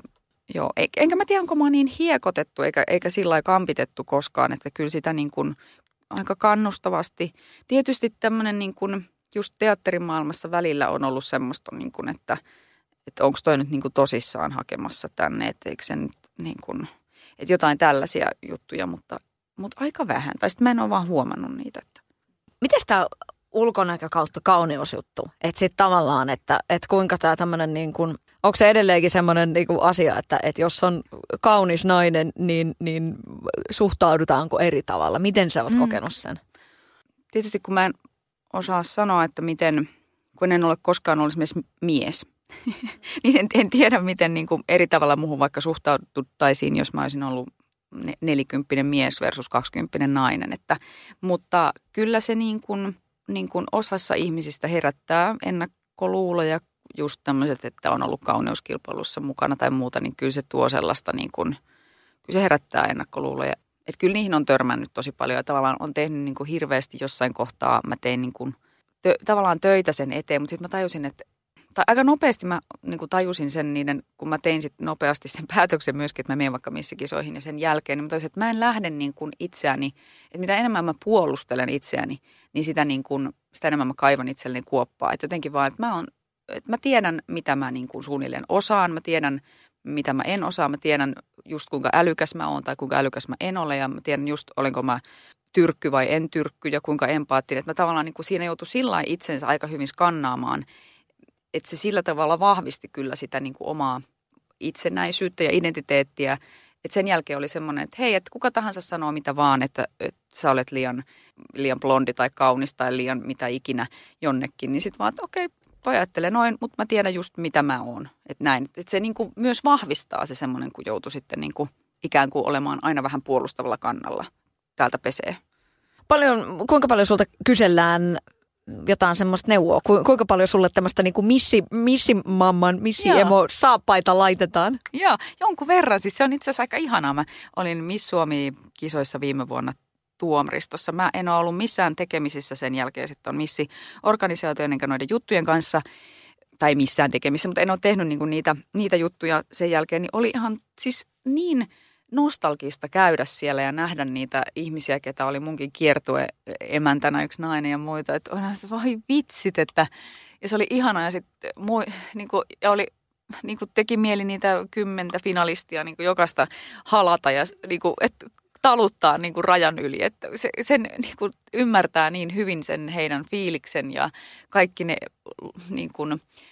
Joo, enkä mä tiedä, onko mä niin hiekotettu eikä, eikä sillä lailla kampitettu koskaan, että kyllä sitä niin kuin aika kannustavasti. Tietysti tämmöinen niin kuin just teatterimaailmassa välillä on ollut semmoista, niin kuin, että, että onko toi nyt niin kuin tosissaan hakemassa tänne, että eikö se nyt niin kuin, että jotain tällaisia juttuja, mutta, mutta aika vähän. Tai sitten mä en ole vaan huomannut niitä. Että. Miten tämä ulkonäkö kautta kauneusjuttu? Että sitten tavallaan, että, että kuinka tämä tämmöinen niin kuin, onko se edelleenkin semmoinen niin kuin asia, että, että jos on kaunis nainen, niin, niin suhtaudutaanko eri tavalla? Miten sä oot mm. kokenut sen? Tietysti kun mä en osaa sanoa, että miten, kun en ole koskaan ollut esimerkiksi mies, niin en, en tiedä, miten niin kuin eri tavalla muuhun vaikka suhtauduttaisiin, jos mä olisin ollut nelikymppinen mies versus kaksikymppinen nainen. Että, mutta kyllä se niin kuin, niin kuin osassa ihmisistä herättää ennakkoluuloja, just tämmöiset, että on ollut kauneuskilpailussa mukana tai muuta, niin kyllä se tuo sellaista, niin kuin, kyllä se herättää ennakkoluuloja. Että kyllä niihin on törmännyt tosi paljon ja tavallaan on tehnyt niin kuin hirveästi jossain kohtaa. Mä tein niin kuin tö, tavallaan töitä sen eteen, mutta sitten mä tajusin, että tai aika nopeasti mä niin kuin tajusin sen niiden, kun mä tein sitten nopeasti sen päätöksen myöskin, että mä menen vaikka missikisoihin ja sen jälkeen, niin mä tajusin, että mä en lähde niin kuin itseäni, että mitä enemmän mä puolustelen itseäni, niin sitä, niin kuin, sitä enemmän mä kaivan itselleni kuoppaa. Että jotenkin vaan, että mä, on, että mä tiedän, mitä mä niin kuin suunnilleen osaan, mä tiedän, mitä mä en osaa, mä tiedän just kuinka älykäs mä oon tai kuinka älykäs mä en ole ja mä tiedän just olenko mä tyrkky vai en tyrkky ja kuinka empaattinen. Että mä tavallaan niin kuin siinä joutui sillä lailla itsensä aika hyvin skannaamaan, että se sillä tavalla vahvisti kyllä sitä niin kuin omaa itsenäisyyttä ja identiteettiä. Että sen jälkeen oli semmoinen, että hei, että kuka tahansa sanoo mitä vaan, että, että sä olet liian, liian blondi tai kaunis tai liian mitä ikinä jonnekin. Niin sitten vaan, että okei, toi ajattelee noin, mutta mä tiedän just mitä mä oon. Että näin. Että se niin kuin myös vahvistaa se semmoinen, kun joutui sitten niin kuin ikään kuin olemaan aina vähän puolustavalla kannalla. Täältä pesee. Paljon, kuinka paljon sulta kysellään jotain semmoista neuvoa? Ku, kuinka paljon sulle tämmöistä niin kuin missi, missimamman, missiemo saappaita laitetaan? Joo, jonkun verran. Siis se on itse asiassa aika ihanaa. Mä olin Miss Suomi-kisoissa viime vuonna Tuomristossa. Mä en ole ollut missään tekemisissä sen jälkeen. Sitten on missi-organisaatioiden noiden juttujen kanssa. Tai missään tekemisissä, mutta en ole tehnyt niinku niitä, niitä juttuja sen jälkeen. Niin oli ihan siis niin nostalgista käydä siellä ja nähdä niitä ihmisiä, ketä oli munkin kiertue emäntänä yksi nainen ja muita. Että vai vitsit, että ja se oli ihanaa ja sitten niinku, ja oli niinku teki mieli niitä kymmentä finalistia niinku jokaista halata ja niinku, että taluttaa niinku rajan yli, että se, sen niinku ymmärtää niin hyvin sen heidän fiiliksen ja kaikki ne niinku,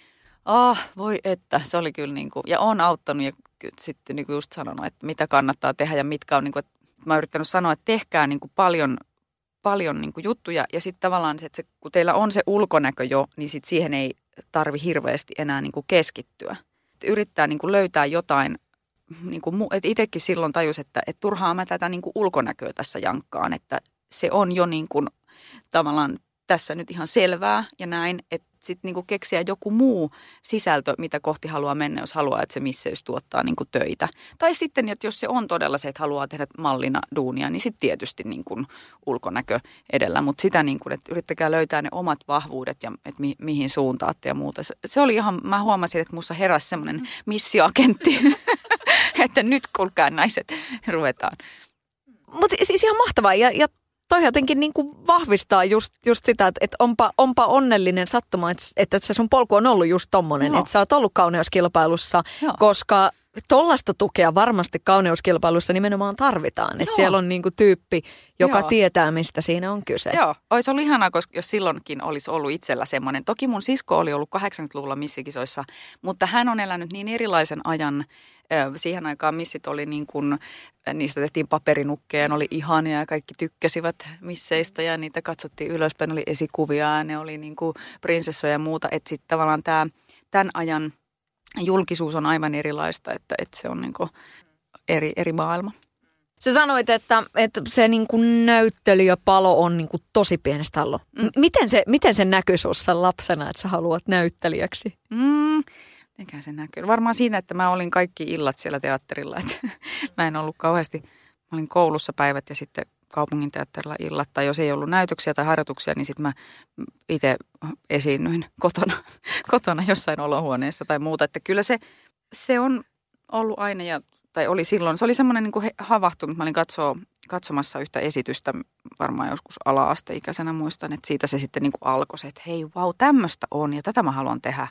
ah voi että se oli kyllä niinku, ja on auttanut ja sitten niinku just sanonut, että mitä kannattaa tehdä ja mitkä on niinku, että mä oon yrittänyt sanoa, että tehkää niinku paljon paljon niinku juttuja ja sitten tavallaan se, että se, kun teillä on se ulkonäkö jo, niin sit siihen ei tarvi hirveästi enää niinku keskittyä. Et yrittää niinku löytää jotain. Niin kuin, että itsekin silloin tajus, että, että turhaa mä tätä niin kuin ulkonäköä tässä jankkaan, että se on jo niin kuin, tavallaan tässä nyt ihan selvää ja näin, että sitten niin keksiä joku muu sisältö, mitä kohti haluaa mennä, jos haluaa, että se misseys tuottaa niin kuin töitä. Tai sitten, että jos se on todella se, että haluaa tehdä mallina duunia, niin sitten tietysti niin kuin ulkonäkö edellä, mutta sitä niin kuin, että yrittäkää löytää ne omat vahvuudet ja että mi- mihin suuntaatte ja muuta. Se, se oli ihan, mä huomasin, että musta heräsi semmoinen missiagentti, että nyt kuulkaa naiset, ruvetaan. Mutta siis ihan mahtavaa ja, ja toi jotenkin niin kuin vahvistaa just, just sitä, että, että onpa, onpa onnellinen sattuma, että, että se sun polku on ollut just tommonen, no. Että sä oot ollut kauneuskilpailussa, Joo. koska tollaista tukea varmasti kauneuskilpailussa nimenomaan tarvitaan. Että siellä on niin kuin tyyppi, joka Joo. tietää, mistä siinä on kyse. Joo, olisi ollut ihanaa, koska jos silloinkin olisi ollut itsellä semmoinen. Toki mun sisko oli ollut kahdeksankymmentäluvulla missikisoissa, mutta hän on elänyt niin erilaisen ajan. Siihen aikaan missit oli niin kuin, niistä tehtiin paperinukkeja, ne oli ihania ja kaikki tykkäsivät misseistä ja niitä katsottiin ylöspäin, oli esikuvia ja ne oli niin kuin prinsessoja ja muuta. Että sitten tavallaan tämä, tämän ajan julkisuus on aivan erilaista, että, että se on niin kuin eri, eri maailma. Sä sanoit, että, että se niin kuin näyttelijäpalo on niin kuin tosi pienestä allo. Mm. Miten se, miten se näkyy sinussa lapsena, että sä haluat näyttelijäksi? Mm. Mitenköhän se näkyy? Varmaan siinä, että mä olin kaikki illat siellä teatterilla. Että mä en ollut kauheasti, mä olin koulussa päivät ja sitten kaupungin teatterilla illat. Tai jos ei ollut näytöksiä tai harjoituksia, niin sitten mä itse esiinnyin kotona, kotona jossain olohuoneessa tai muuta. Että kyllä se, se on ollut aina ja, tai oli silloin. Se oli semmoinen niin kuin havahtunut. Mä olin katsoo, katsomassa yhtä esitystä varmaan joskus ala-asteikäisenä muistan, että siitä se sitten niin kuin alkoi se, että hei, vau, tämmöistä on ja tätä mä haluan tehdä.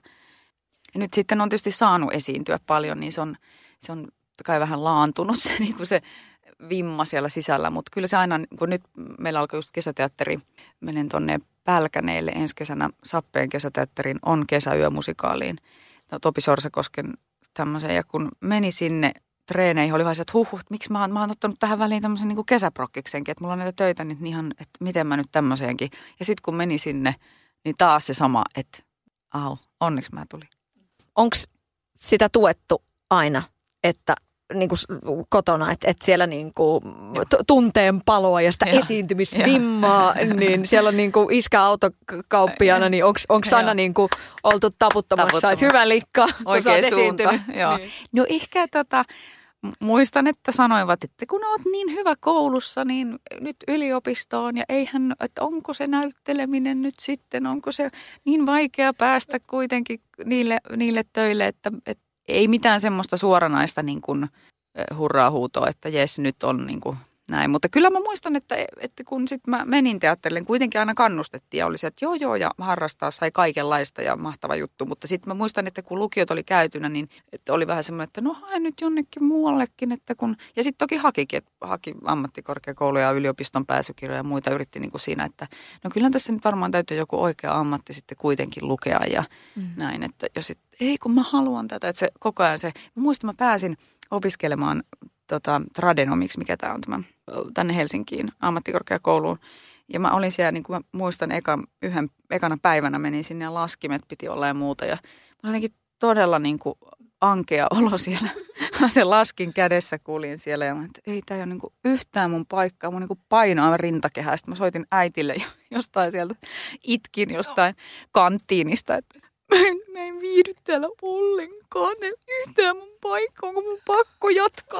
Ja nyt sitten on tietysti saanut esiintyä paljon, niin se on, se on kai vähän laantunut se, niin kuin se vimma siellä sisällä. Mutta kyllä se aina, kun nyt meillä alkoi just kesäteatteri, menen tuonne Pälkäneelle ensi kesänä Sappeen kesäteatterin on kesäyömusikaaliin. No, Topi Sorsakosken tämmöiseen ja kun meni sinne treeneihin, oli vaan se, että huh, huh miksi mä oon, mä oon ottanut tähän väliin tämmöisen niin kuin kesäprokkiksenkin, että mulla on näitä töitä, niin ihan, että miten mä nyt tämmöiseenkin. Ja sitten kun meni sinne, niin taas se sama, että au, onneksi mä tulin. Onko sitä tuettu aina, että niin kuin kotona, että, että siellä niin kuin tunteen paloa ja sitä ja. esiintymisvimmaa, ja. niin siellä on niin kuin iskä autokauppiana, niin onko aina niin kuin oltu taputtamassa, taputtamassa. Että hyvä likka, kun sä oot esiintynyt. Joo. Niin. No ehkä tota, muistan, että sanoivat, että kun oot niin hyvä koulussa, niin nyt yliopistoon ja eihän, että onko se näytteleminen nyt sitten, onko se niin vaikea päästä kuitenkin niille, niille töille, että, että ei mitään semmoista suoranaista niin kuin hurraa huutoa, että jes, nyt on niin kuin näin. Mutta kyllä mä muistan, että, että kun sitten mä menin teatterille, kuitenkin aina kannustettiin ja oli se, että joo joo ja harrastaa sai kaikenlaista ja mahtava juttu. Mutta sitten mä muistan, että kun lukiot oli käytynä, niin että oli vähän semmoinen, että no hae nyt jonnekin muuallekin. Että kun, ja sitten toki hakikin, että haki ammattikorkeakouluja ja yliopiston pääsykirjoja ja muita yritti niin kuin siinä, että no kyllä tässä nyt varmaan täytyy joku oikea ammatti sitten kuitenkin lukea ja mm. näin. Että ja sitten ei kun mä haluan tätä, että se koko ajan se, mä muistan mä pääsin opiskelemaan tota, tradenomiksi, mikä tämä on tämä, tänne Helsinkiin ammattikorkeakouluun. Ja mä olin siellä, niin kuin mä muistan, eka, yhden, ekana päivänä menin sinne ja laskimet piti olla ja muuta. Ja mä olin todella niin kuin ankea olo siellä. Mä sen laskin kädessä kuulin siellä ja mä että ei tämä ole niin kuin yhtään mun paikkaa. Mun niin kuin painoa rintakehää. Sitten mä soitin äitille jostain sieltä, itkin jostain kanttiinista, että Mä en, mä en viihdy täällä ollenkaan, en yhtään mun paikkaa, onko mun pakko jatkaa.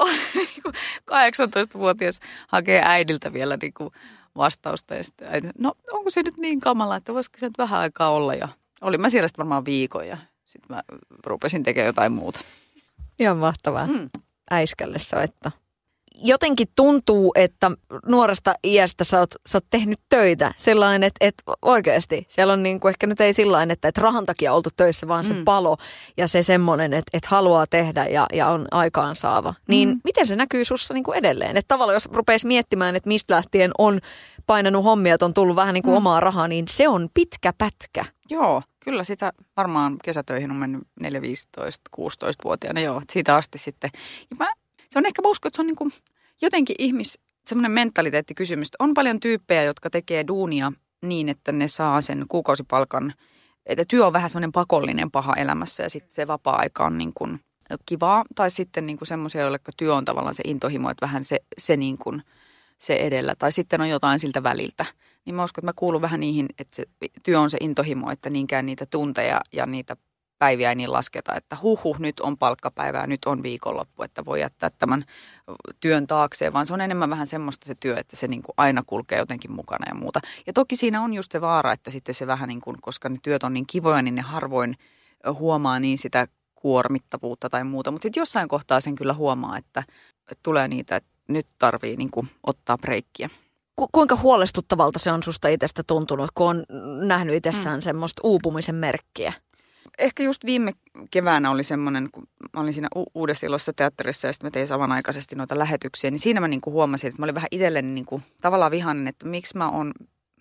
kahdeksantoistavuotias hakee äidiltä vielä niinku vastausta ja sitten äiti, no onko se nyt niin kamala, että voisiko se nyt vähän aikaa olla. Ja olin mä siellä sitten varmaan viikon ja sitten mä rupesin tekemään jotain muuta. Ihan mahtavaa. Mm. Äiskälle soittaa. Jotenkin tuntuu, että nuoresta iästä sä oot, sä oot tehnyt töitä sellainen, että, että oikeasti siellä on niin kuin ehkä nyt ei sillain, että, että rahan takia oltu töissä, vaan se mm. palo ja se semmoinen, että, että haluaa tehdä ja, ja on aikaansaava. Niin mm. miten se näkyy sussa niin kuin edelleen? Että tavallaan jos rupeaisi miettimään, että mistä lähtien on painanut hommia, että on tullut vähän niin kuin mm. omaa rahaa, niin se on pitkä pätkä. Joo, kyllä sitä varmaan kesätöihin on mennyt neljä, viisitoista, kuusitoista-vuotiaana, joo, siitä asti sitten. Ja mä Se on ehkä, mä uskon, että se on niin kuin jotenkin ihmis, semmoinen mentaliteettikysymys. On paljon tyyppejä, jotka tekee duunia niin, että ne saa sen kuukausipalkan. Että työ on vähän semmoinen pakollinen paha elämässä ja sitten se vapaa-aika on niin kuin kivaa. Tai sitten niin kuin semmoisia, joille työ on tavallaan se intohimo, että vähän se, se, niin kuin, se edellä. Tai sitten on jotain siltä väliltä. Niin mä uskon, että mä kuulun vähän niihin, että se työ on se intohimo, että niinkään niitä tunteja ja niitä päiviä ei niin lasketa, että huhhuh, nyt on palkkapäivää, nyt on viikonloppu, että voi jättää tämän työn taakseen, vaan se on enemmän vähän semmoista se työ, että se niin kuin aina kulkee jotenkin mukana ja muuta. Ja toki siinä on just se vaara, että sitten se vähän niin kuin, koska ne työt on niin kivoja, niin ne harvoin huomaa niin sitä kuormittavuutta tai muuta. Mutta sitten jossain kohtaa sen kyllä huomaa, että, että tulee niitä, että nyt tarvii niin kuin ottaa breikkiä. Ku, kuinka huolestuttavalta se on susta itsestä tuntunut, kun on nähnyt itsessään mm. semmoista uupumisen merkkiä? Ehkä just viime keväänä oli semmoinen, kun mä olin siinä U- Uudessa Ilossa teatterissa ja sitten mä tein samanaikaisesti noita lähetyksiä, niin siinä mä niinku huomasin, että mä olin vähän itselleni niinku tavallaan vihainen, että miksi mä oon,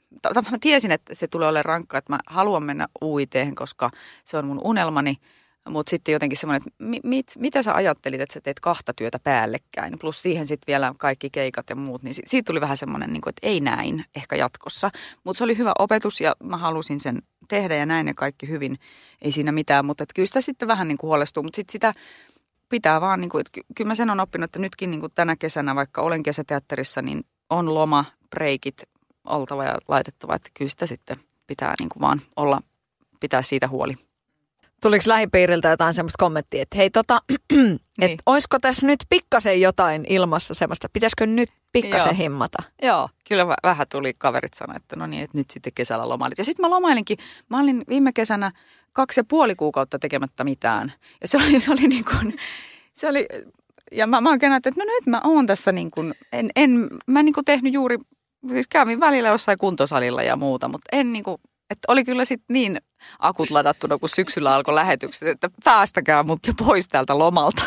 mä tiesin, että se tulee olemaan rankkaa, että mä haluan mennä U I T:hen, koska se on mun unelmani, mutta sitten jotenkin semmoinen, että mit, mit, mitä sä ajattelit, että sä teet kahta työtä päällekkäin, plus siihen sitten vielä kaikki keikat ja muut, niin siitä tuli vähän semmoinen, niin kuin, että ei näin ehkä jatkossa, mutta se oli hyvä opetus ja mä halusin sen tehdä ja näin ja kaikki hyvin, ei siinä mitään, mutta että kyllä sitä sitten vähän niin kuin huolestuu, mutta sitten sitä pitää vaan, niin kuin, että kyllä mä sen on oppinut, että nytkin niin kuin tänä kesänä, vaikka olen kesäteatterissa, niin on loma, breikit oltava ja laitettava, että kyllä sitä sitten pitää niin kuin vaan olla, pitää siitä huoli. Tuliko lähipiiriltä jotain semmoista kommenttia, että hei tota, niin. että olisiko tässä nyt pikkasen jotain ilmassa semmoista, pitäisikö nyt pikkasen Joo. himmata? Joo, kyllä vähän tuli kaverit sanoa, että no niin, että nyt sitten kesällä lomailit. Ja sitten mä lomailinkin, mä olin viime kesänä kaksi ja puoli kuukautta tekemättä mitään. Ja se oli, se oli niin kuin, se oli, ja mä, mä oikein ajattelin, että no nyt mä oon tässä niin kuin, en, en mä niin kuin tehnyt juuri, siis kävin välillä jossain kuntosalilla ja muuta, mutta en niin kuin, että oli kyllä sitten niin akut ladattuna, kun syksyllä alkoi lähetykset, että päästäkää mut jo pois täältä lomalta.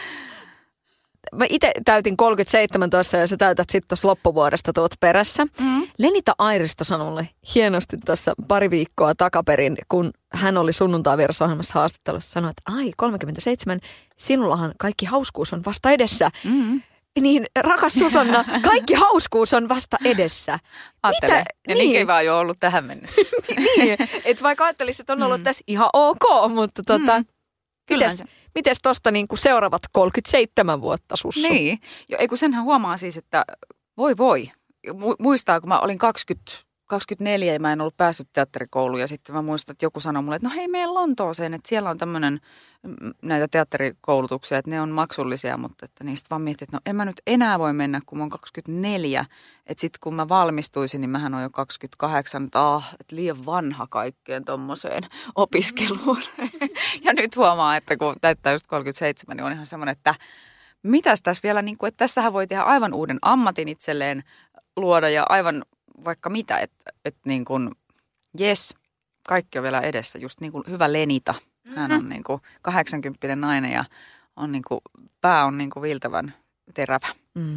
Mä itse täytin kolmekymmentäseitsemän tuossa ja sä täytät sitten tuossa loppuvuodesta tuot perässä. Mm. Lenita Airisto sanoi mulle hienosti tuossa pari viikkoa takaperin, kun hän oli sunnuntai vierosohjelmassa haastattelussa, sanoi, että ai kolmekymmentäseitsemän, sinullahan kaikki hauskuus on vasta edessä. Mm. Niin rakas Susanna, kaikki hauskuus on vasta edessä. Ajattele. Mitä? Ja niin ei vaan jo ollut tähän mennessä. niin, että vaikka ajattelisit, että on ollut mm. tässä ihan ok, mutta tota... Mm. Mites, mites tosta niinku seuraavat kolmekymmentäseitsemän vuotta sussu? Niin, jo, ei kun senhän huomaa siis, että voi voi. Muistaa, kun mä olin kaksikymmentä, kaksikymmentäneljä ja mä en ollut päässyt teatterikouluun ja sitten mä muistan, että joku sanoi mulle, että no hei, mene Lontooseen, että siellä on tämmöinen näitä teatterikoulutuksia, että ne on maksullisia, mutta että niistä vaan miettii, että no en mä nyt enää voi mennä, kun mä oon kaksikymmentäneljä, että sitten kun mä valmistuisin, niin mähän oon jo kaksikymmentäkahdeksan, että ah, että liian vanha kaikkeen tommoseen opiskeluun. Ja nyt huomaa, että kun täyttää just kolmekymmentäseitsemän, niin on ihan semmoinen, että mitäs tässä vielä, niin kuin, että tässähän voi tehdä aivan uuden ammatin itselleen luoda ja aivan vaikka mitä, että, että niin kuin, jes, kaikki on vielä edessä, just niin kuin hyvä Lenita. Hän on niin kuin kahdeksankymppinen nainen ja on niin kuin, pää on niin kuin viiltävän terävä. Mm.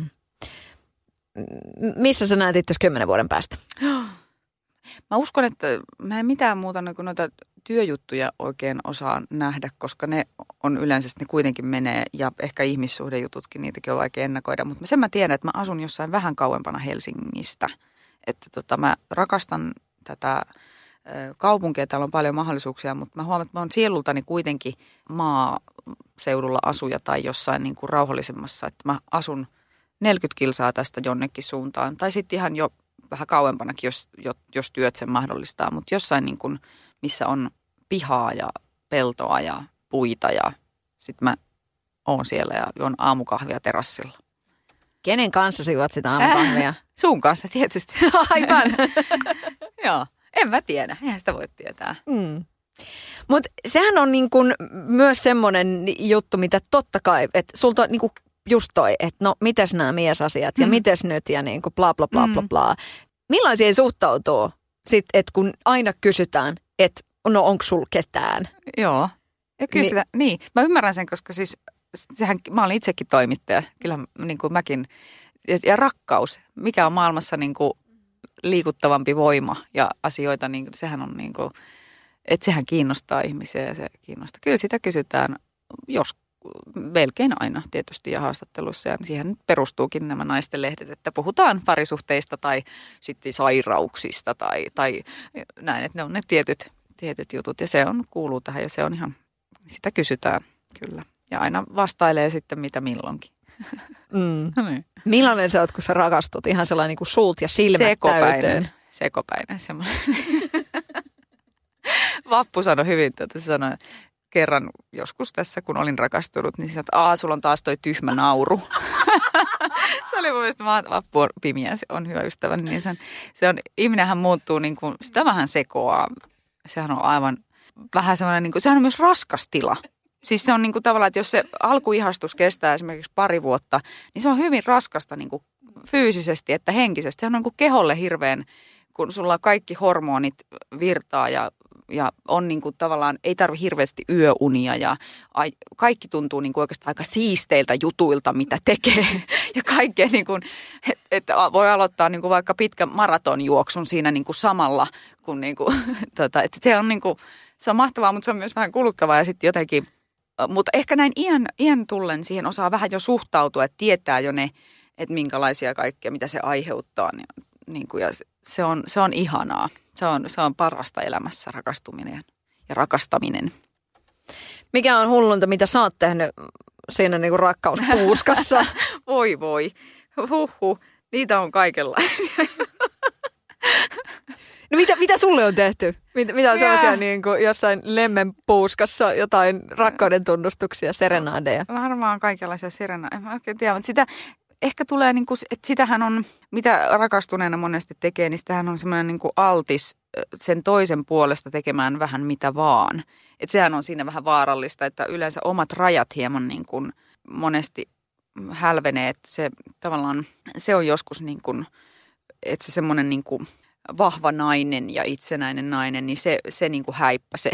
Missä sä näet itse kymmenen vuoden päästä? Mä uskon, että mä en mitään muuta kuin noita työjuttuja oikein osaa nähdä, koska ne on yleensä, ne kuitenkin menee ja ehkä ihmissuhdejututkin, niitäkin on vaikea ennakoida. Mutta sen mä tiedän, että mä asun jossain vähän kauempana Helsingistä. Että tota, mä rakastan tätä kaupunkia, täällä on paljon mahdollisuuksia, mutta mä huomaan, että mä oon sielultani kuitenkin maaseudulla asuja tai jossain niin kuin rauhallisemmassa, että mä asun neljäkymmentä kilsaa tästä jonnekin suuntaan. Tai sitten ihan jo vähän kauempanakin, jos, jos työt sen mahdollistaa, mutta jossain niin kuin, missä on pihaa ja peltoa ja puita ja sitten mä oon siellä ja juon aamukahvia terassilla. Kenen kanssa sä juot sitä aamukahvia? Äh, sun kanssa tietysti. Aivan. Joo. En mä tiedä, eihän sitä voi tietää. Mm. Mutta sehän on niin kun myös semmoinen juttu, mitä totta kai, että sulta on niin kun just toi, että no mites nämä miesasiat ja mm. mites nyt ja niin kuin bla bla bla mm. bla bla. Millaisia suhtautuu sitten, että kun aina kysytään, että no onko sul ketään? Joo, ja kyllä sitä, niin. niin. Mä ymmärrän sen, koska siis sehän, mä olin itsekin toimittaja, kyllä niin kuin mäkin, ja, ja rakkaus, mikä on maailmassa niin kuin liikuttavampi voima ja asioita, niin sehän on niin kuin, että sehän kiinnostaa ihmisiä ja se kiinnostaa. Kyllä sitä kysytään, jos melkein aina tietysti ja haastatteluissa ja siihen perustuukin nämä naisten lehdet, että puhutaan parisuhteista tai sitten sairauksista tai, tai näin, että ne on ne tietyt, tietyt jutut ja se on, kuuluu tähän ja se on ihan, sitä kysytään kyllä ja aina vastailee sitten mitä milloinkin. Mm. niin. Millainen sä oot, kun sä rakastut? Ihan sellainen niin kuin suut ja silmät sekopäinen. täyteen. Sekopäinen. Semmoinen. Vappu sanoi hyvin, että se sanoi kerran joskus tässä, kun olin rakastunut, niin sanoi, että aah, sulla on taas toi tyhmä nauru. Se oli mun mielestä, Vappu on pimiä, se on hyvä ystävä. Niin sen, se on, ihminenhän muuttuu, niin kuin, sitä vähän sekoaa. Sehän on aivan vähän semmoinen, niin kuin, sehän on myös raskas tila. Siis se on niin kuin tavallaan, että jos se alkuihastus kestää esimerkiksi pari vuotta, niin se on hyvin raskasta niin kuin fyysisesti että henkisesti. Se on niin kuin keholle hirveän, kun sulla kaikki hormonit virtaa ja, ja on niin kuin tavallaan, ei tarvitse hirveästi yöunia ja ai, kaikki tuntuu niin kuin oikeastaan aika siisteiltä jutuilta, mitä tekee. Ja kaikkea niin kuin, että et voi aloittaa niin kuin vaikka pitkän maratonjuoksun siinä niin kuin samalla, kun niin kuin, tota, että se on niin kuin, se on mahtavaa, mutta se on myös vähän kuluttavaa ja sitten jotenkin. Mutta ehkä näin iän, iän tullen siihen osaa vähän jo suhtautua, että tietää jo ne, että minkälaisia kaikkea, mitä se aiheuttaa. Niin, niin kuin, ja se, on, se on ihanaa. Se on, se on parasta elämässä, rakastuminen ja rakastaminen. Mikä on hullunta, mitä sä oot tehnyt siinä niin kuin rakkauspuuskassa? voi voi. Huhhuh. Niitä on kaikenlaisia. No mitä, mitä sulle on tehty? Mitä, mitä on sellaisia niin kuin jossain lemmenpuuskassa, jotain rakkauden tunnustuksia, serenadeja? Varmaan kaikenlaisia serenadeja. En mä oikein tiedä, mutta sitä ehkä tulee, niin kuin, että sitähän on, mitä rakastuneena monesti tekee, niin sitähän on semmoinen niin kuin altis sen toisen puolesta tekemään vähän mitä vaan. Että sehän on siinä vähän vaarallista, että yleensä omat rajat hieman niin kuin monesti hälvenee, että se tavallaan, se on joskus niin kuin, että se semmoinen niin kuin vahva nainen ja itsenäinen nainen, niin se, se niin kuin häippäsee.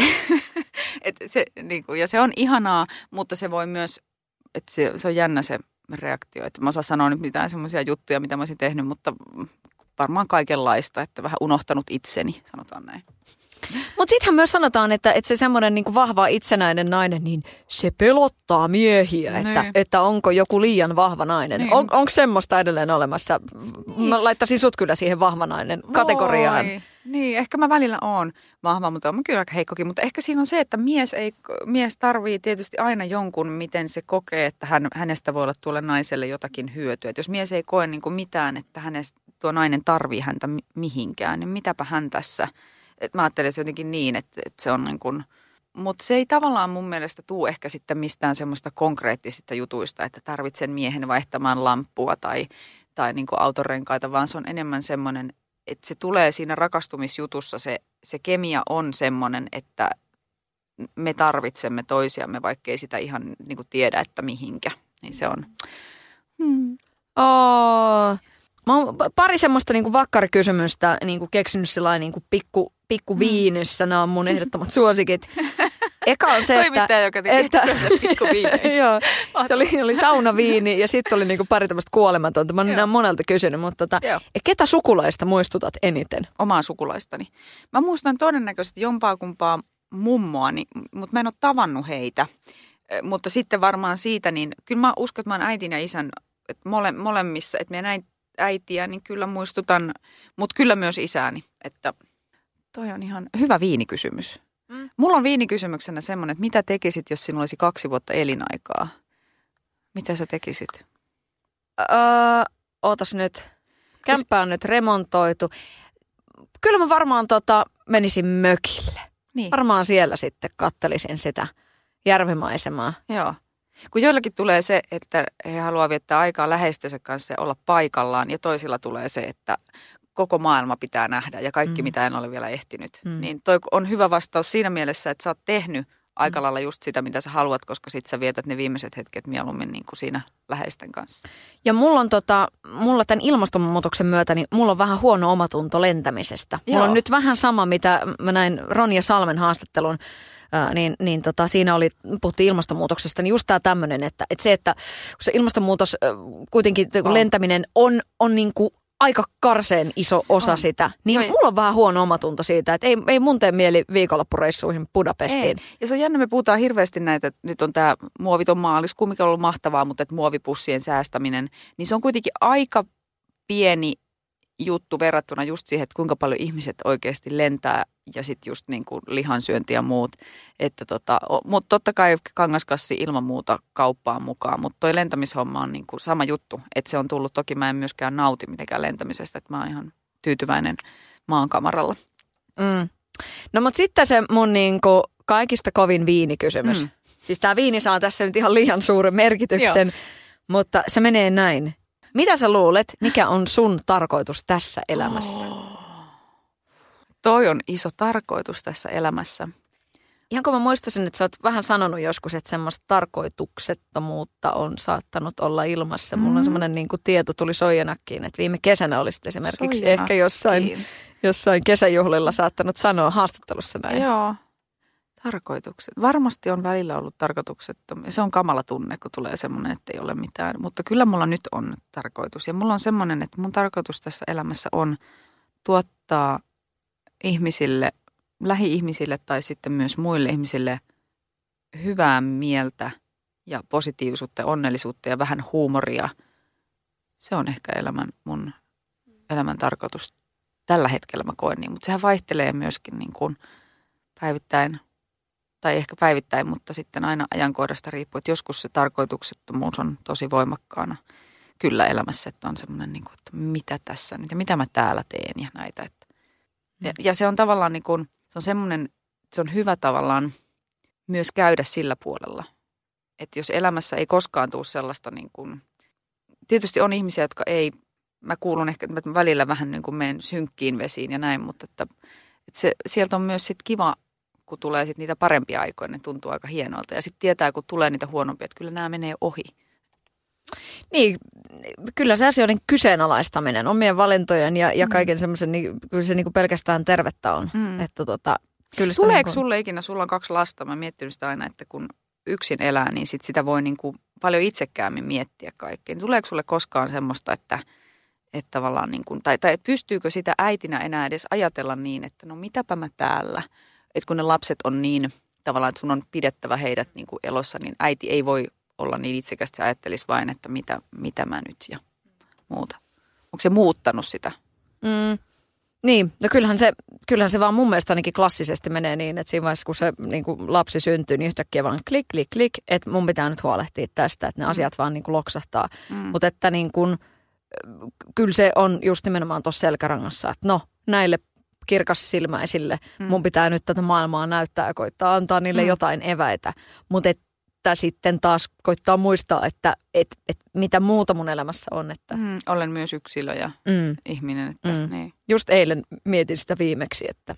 Et se, niin kuin, ja se on ihanaa, mutta se voi myös, että se, se on jännä se reaktio. Että mä osaan sanoa nyt mitään semmoisia juttuja, mitä mä olisin tehnyt, mutta varmaan kaikenlaista, että vähän unohtanut itseni, sanotaan näin. Mutta sittenhän myös sanotaan, että, että se semmoinen niin kuin vahva itsenäinen nainen, niin se pelottaa miehiä, että, niin. että onko joku liian vahva nainen. Niin. On, onko semmoista edelleen olemassa? Niin. Mä laittaisin sut kyllä siihen vahva nainen kategoriaan. Voi. Niin, ehkä mä välillä oon vahva, mutta on mä kyllä aika heikkokin. Mutta ehkä siinä on se, että mies, ei, mies tarvii tietysti aina jonkun, miten se kokee, että hän, hänestä voi olla tuolle naiselle jotakin hyötyä. Et jos mies ei koe niin kuin mitään, että hänestä, tuo nainen tarvii häntä mihinkään, niin mitäpä hän tässä. Et mä ajattelen se jotenkin niin, että, että se on niin kuin, mutta se ei tavallaan mun mielestä tuu ehkä sitten mistään semmoista konkreettisista jutuista, että tarvitsen miehen vaihtamaan lamppua tai, tai niin kuin autorenkaita, vaan se on enemmän semmoinen, että se tulee siinä rakastumisjutussa, se, se kemia on semmoinen, että me tarvitsemme toisiamme, vaikka ei sitä ihan niin kuin tiedä, että mihinkä. Niin se on. Hmm. Oh. Mä oon pari semmoista niinku vakkarikysymystä niinku keksinyt sellainen niinku pikku, pikku viinissä. Nämä on mun ehdottomat suosikit. Eka on se, että... Toimittaja, joka teki että, pikku viinissä. Joo, se oli, oli saunaviini ja sitten oli niinku pari tämmöistä kuolematonta. Mä oon nämä monelta kysynyt, mutta tota, ketä sukulaista muistutat eniten? Omaa sukulaistani. Mä muistan todennäköisesti jompaa kumpaa mummoani, mutta mä en ole tavannut heitä. Mutta sitten varmaan siitä, niin kyllä mä uskon, että mä oon äitin ja isän että mole, molemmissa, että mä näin äitiä, niin kyllä muistutan, mutta kyllä myös isääni, että toi on ihan hyvä viinikysymys. Mm. Mulla on viinikysymyksenä semmoinen, että mitä tekisit, jos sinulla olisi kaksi vuotta elinaikaa? Mitä sä tekisit? Öö, ootas nyt. Kämppä on nyt remontoitu. Kyllä mä varmaan tota, menisin mökille. Niin. Varmaan siellä sitten kattelisin sitä järvimaisemaa. Joo. Kun joillakin tulee se, että he haluaa viettää aikaa läheistensä kanssa ja olla paikallaan, ja toisilla tulee se, että koko maailma pitää nähdä ja kaikki, mm. mitä en ole vielä ehtinyt. Mm. Niin toi on hyvä vastaus siinä mielessä, että sä oot tehnyt aika lailla just sitä, mitä sä haluat, koska sit sä vietät ne viimeiset hetket mieluummin niin kuin siinä läheisten kanssa. Ja mulla on tota, mulla tämän ilmastonmuutoksen myötä, niin mulla on vähän huono omatunto lentämisestä. Joo. Mulla on nyt vähän sama, mitä mä näin Ronja Salmen haastattelun, Äh, niin, niin tota, siinä oli, puhuttiin ilmastonmuutoksesta, niin just tämä tämmöinen, että, että se, että kun se ilmastonmuutos äh, kuitenkin, kun oh. lentäminen on, on niin kuin aika karseen iso se osa on. Sitä, niin Joo, mulla on vähän huono omatunto siitä, että ei, ei mun tee mieli viikonloppureissuihin Budapestiin. Ei. Ja se on jännä, me puhutaan hirveästi näitä, että nyt on tämä muoviton maaliskuu, mikä on ollut mahtavaa, mutta että muovipussien säästäminen, niin se on kuitenkin aika pieni juttu verrattuna just siihen, että kuinka paljon ihmiset oikeasti lentää ja sitten just niin kuin lihansyönti ja muut. Että tota, mutta totta kai kangaskassi ilman muuta kauppaan mukaan, mutta toi lentämishomma on niin kuin sama juttu. Että se on tullut, toki mä en myöskään nauti mitenkään lentämisestä, että mä oon ihan tyytyväinen maankamaralla. Mm. No mutta sitten se mun niin kuin kaikista kovin viinikysymys. Mm. Siis tää viini saa tässä nyt ihan liian suuren merkityksen, mutta se menee näin. Mitä sä luulet, mikä on sun tarkoitus tässä elämässä? Oh. Toi on iso tarkoitus tässä elämässä. Ihan kun mä muistaisin, että sä oot vähän sanonut joskus, että semmoista tarkoituksettomuutta on saattanut olla ilmassa. Mm. Mulla on semmoinen niin kuin tieto tuli Soijanakkiin, että viime kesänä olisit esimerkiksi Soijanakkiin. Ehkä jossain, jossain kesäjuhlilla saattanut sanoa haastattelussa näin. Joo. Tarkoitukset. Varmasti on välillä ollut tarkoituksettomia. Se on kamala tunne, kun tulee semmoinen, että ei ole mitään. Mutta kyllä mulla nyt on tarkoitus. Ja mulla on semmoinen, että mun tarkoitus tässä elämässä on tuottaa ihmisille, lähi-ihmisille tai sitten myös muille ihmisille hyvää mieltä ja positiivisuutta ja onnellisuutta ja vähän huumoria. Se on ehkä elämän, mun elämän tarkoitus. Tällä hetkellä mä koen niin, mutta sehän vaihtelee myöskin niin kuin päivittäin. Tai ehkä päivittäin, mutta sitten aina ajankohdasta riippuu, että joskus se tarkoituksettomuus on tosi voimakkaana kyllä elämässä, että on semmoinen, niin kuin, että mitä tässä nyt ja mitä mä täällä teen ja näitä. Että. Ja, ja se on tavallaan niin kuin, se on semmoinen, se on hyvä tavallaan myös käydä sillä puolella. Että jos elämässä ei koskaan tule sellaista niin kuin, tietysti on ihmisiä, jotka ei, mä kuulun ehkä, että mä välillä vähän niin kuin menen synkkiin vesiin ja näin, mutta että, että se, sieltä on myös sitten kiva kun tulee sitten niitä parempia aikoja, ne tuntuu aika hienolta. Ja sitten tietää, kun tulee niitä huonompia, että kyllä nämä menee ohi. Niin, kyllä se asioiden kyseenalaistaminen, omien valintojen ja, ja kaiken mm. semmoisen, niin kyllä se niin kuin pelkästään tervettä on. Mm. Että tota, kyllä Tuleeko niin kuin... sulle ikinä, sulla on kaksi lasta, mä miettinyt sitä aina, että kun yksin elää, niin sit sitä voi niin kuin paljon itsekäämmin miettiä kaikkea. Niin tuleeko sulle koskaan semmoista, että, että tavallaan niin kuin, tai, tai pystyykö sitä äitinä enää edes ajatella niin, että no mitäpä mä täällä, että kun ne lapset on niin tavallaan, että sun on pidettävä heidät niin kuin elossa, niin äiti ei voi olla niin itsekästä, se ajattelisi vain, että mitä, mitä mä nyt ja muuta. Onko se muuttanut sitä? Mm. Niin, no kyllähän se, kyllähän se vaan mun mielestä ainakin klassisesti menee niin, että siinä vaiheessa kun se niin kuin lapsi syntyy, niin yhtäkkiä vaan klik, klik, klik, että mun pitää nyt huolehtia tästä, että ne mm. asiat vaan niin kuin loksahtaa. Mm. Mutta että niin kuin, kyllä se on just nimenomaan tuossa selkärangassa, että no näille kirkassilmäisille mm. mun pitää nyt tätä maailmaa näyttää ja koittaa antaa niille mm. jotain eväitä, mutta että sitten taas koittaa muistaa, että et, et mitä muuta mun elämässä on. Että mm, olen myös yksilö ja mm. ihminen. Että, mm. niin. Just eilen mietin sitä viimeksi, että,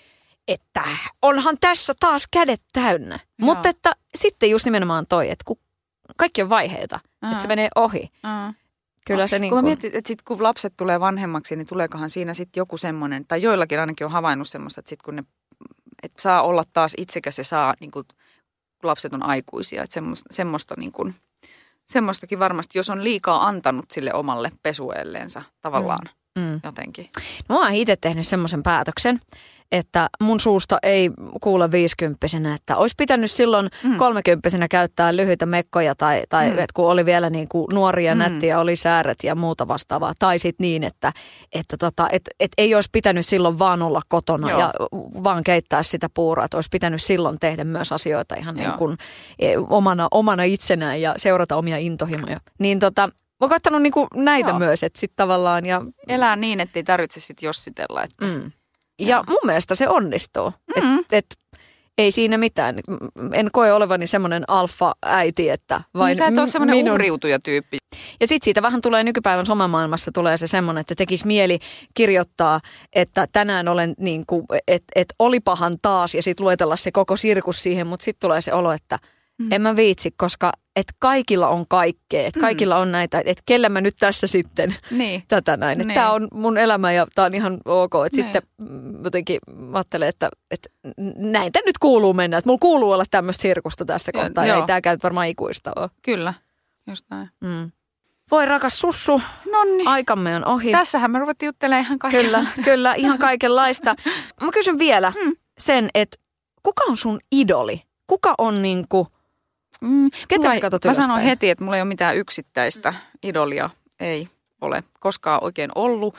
että onhan tässä taas kädet täynnä. Joo. Mutta että sitten just nimenomaan toi, että kun kaikki on vaiheita, Aha. että se menee ohi. Aha. Kyllä no, se niin kun mä mietin, että sit kun lapset tulee vanhemmaksi, niin tuleekohan siinä sitten joku semmoinen, tai joillakin ainakin on havainnut semmoista, että sitten kun ne että saa olla taas itsekäs ja saa niin kuin lapset on aikuisia, että semmoista, semmoista niin kuin, semmoistakin varmasti, jos on liikaa antanut sille omalle pesueelleensa tavallaan mm. Mm. jotenkin. No, mä oon itse tehnyt semmoisen päätöksen, että mun suusta ei kuule viisikymppisenä, että olisi pitänyt silloin mm. kolmekymppisenä käyttää lyhyitä mekkoja tai, tai mm. että kun oli vielä niin kuin nuoria mm. nättiä, oli sääret ja muuta vastaavaa. Tai sitten niin, että, että tota, et, et ei olisi pitänyt silloin vaan olla kotona Joo. ja vaan keittää sitä puuroa, että olisi pitänyt silloin tehdä myös asioita ihan niin kuin omana, omana itsenään ja seurata omia intohimoja. Niin tota... Mä oon kattanut niinku näitä Joo. myös, että sitten tavallaan... Ja... Elää niin, ettei tarvitse sitten jossitella. Että... Mm. Ja mun mielestä se onnistuu. Mm-hmm. Että et, ei siinä mitään. En koe olevani semmoinen alfa-äiti, että vain niin sä et ole semmoinen minun... uhriutuja-tyyppi. Ja sitten siitä vähän tulee nykypäivän somemaailmassa tulee se semmoinen, että tekisi mieli kirjoittaa, että tänään olen niin kuin, että et olipahan taas ja sitten luetella se koko sirkus siihen, mutta sitten tulee se olo, että mm. en mä viitsi, koska että kaikilla on kaikkea, että kaikilla on näitä, että kellä mä nyt tässä sitten niin. tätä näin. Että niin. tämä on mun elämä ja tämä on ihan ok. Että niin. sitten jotenkin ajattelen, että, että näin tämä nyt kuuluu mennä. Että mulla kuuluu olla tämmöistä sirkusta tässä ja, kohtaa. Ja ei tämäkään varmaan ikuista ole. Kyllä, just näin. Mm. Voi rakas sussu, Nonni. Aikamme on ohi. Tässähän me ruvettiin juttelemaan ihan kaikenlaista. Kyllä, kyllä, ihan kaikenlaista. Mä kysyn vielä hmm. sen, että kuka on sun idoli? Kuka on niinku... Mm, Ketä sä katsot Mä ylöspäin? sanon heti, että mulla ei ole mitään yksittäistä idolia. Ei ole koskaan oikein ollut.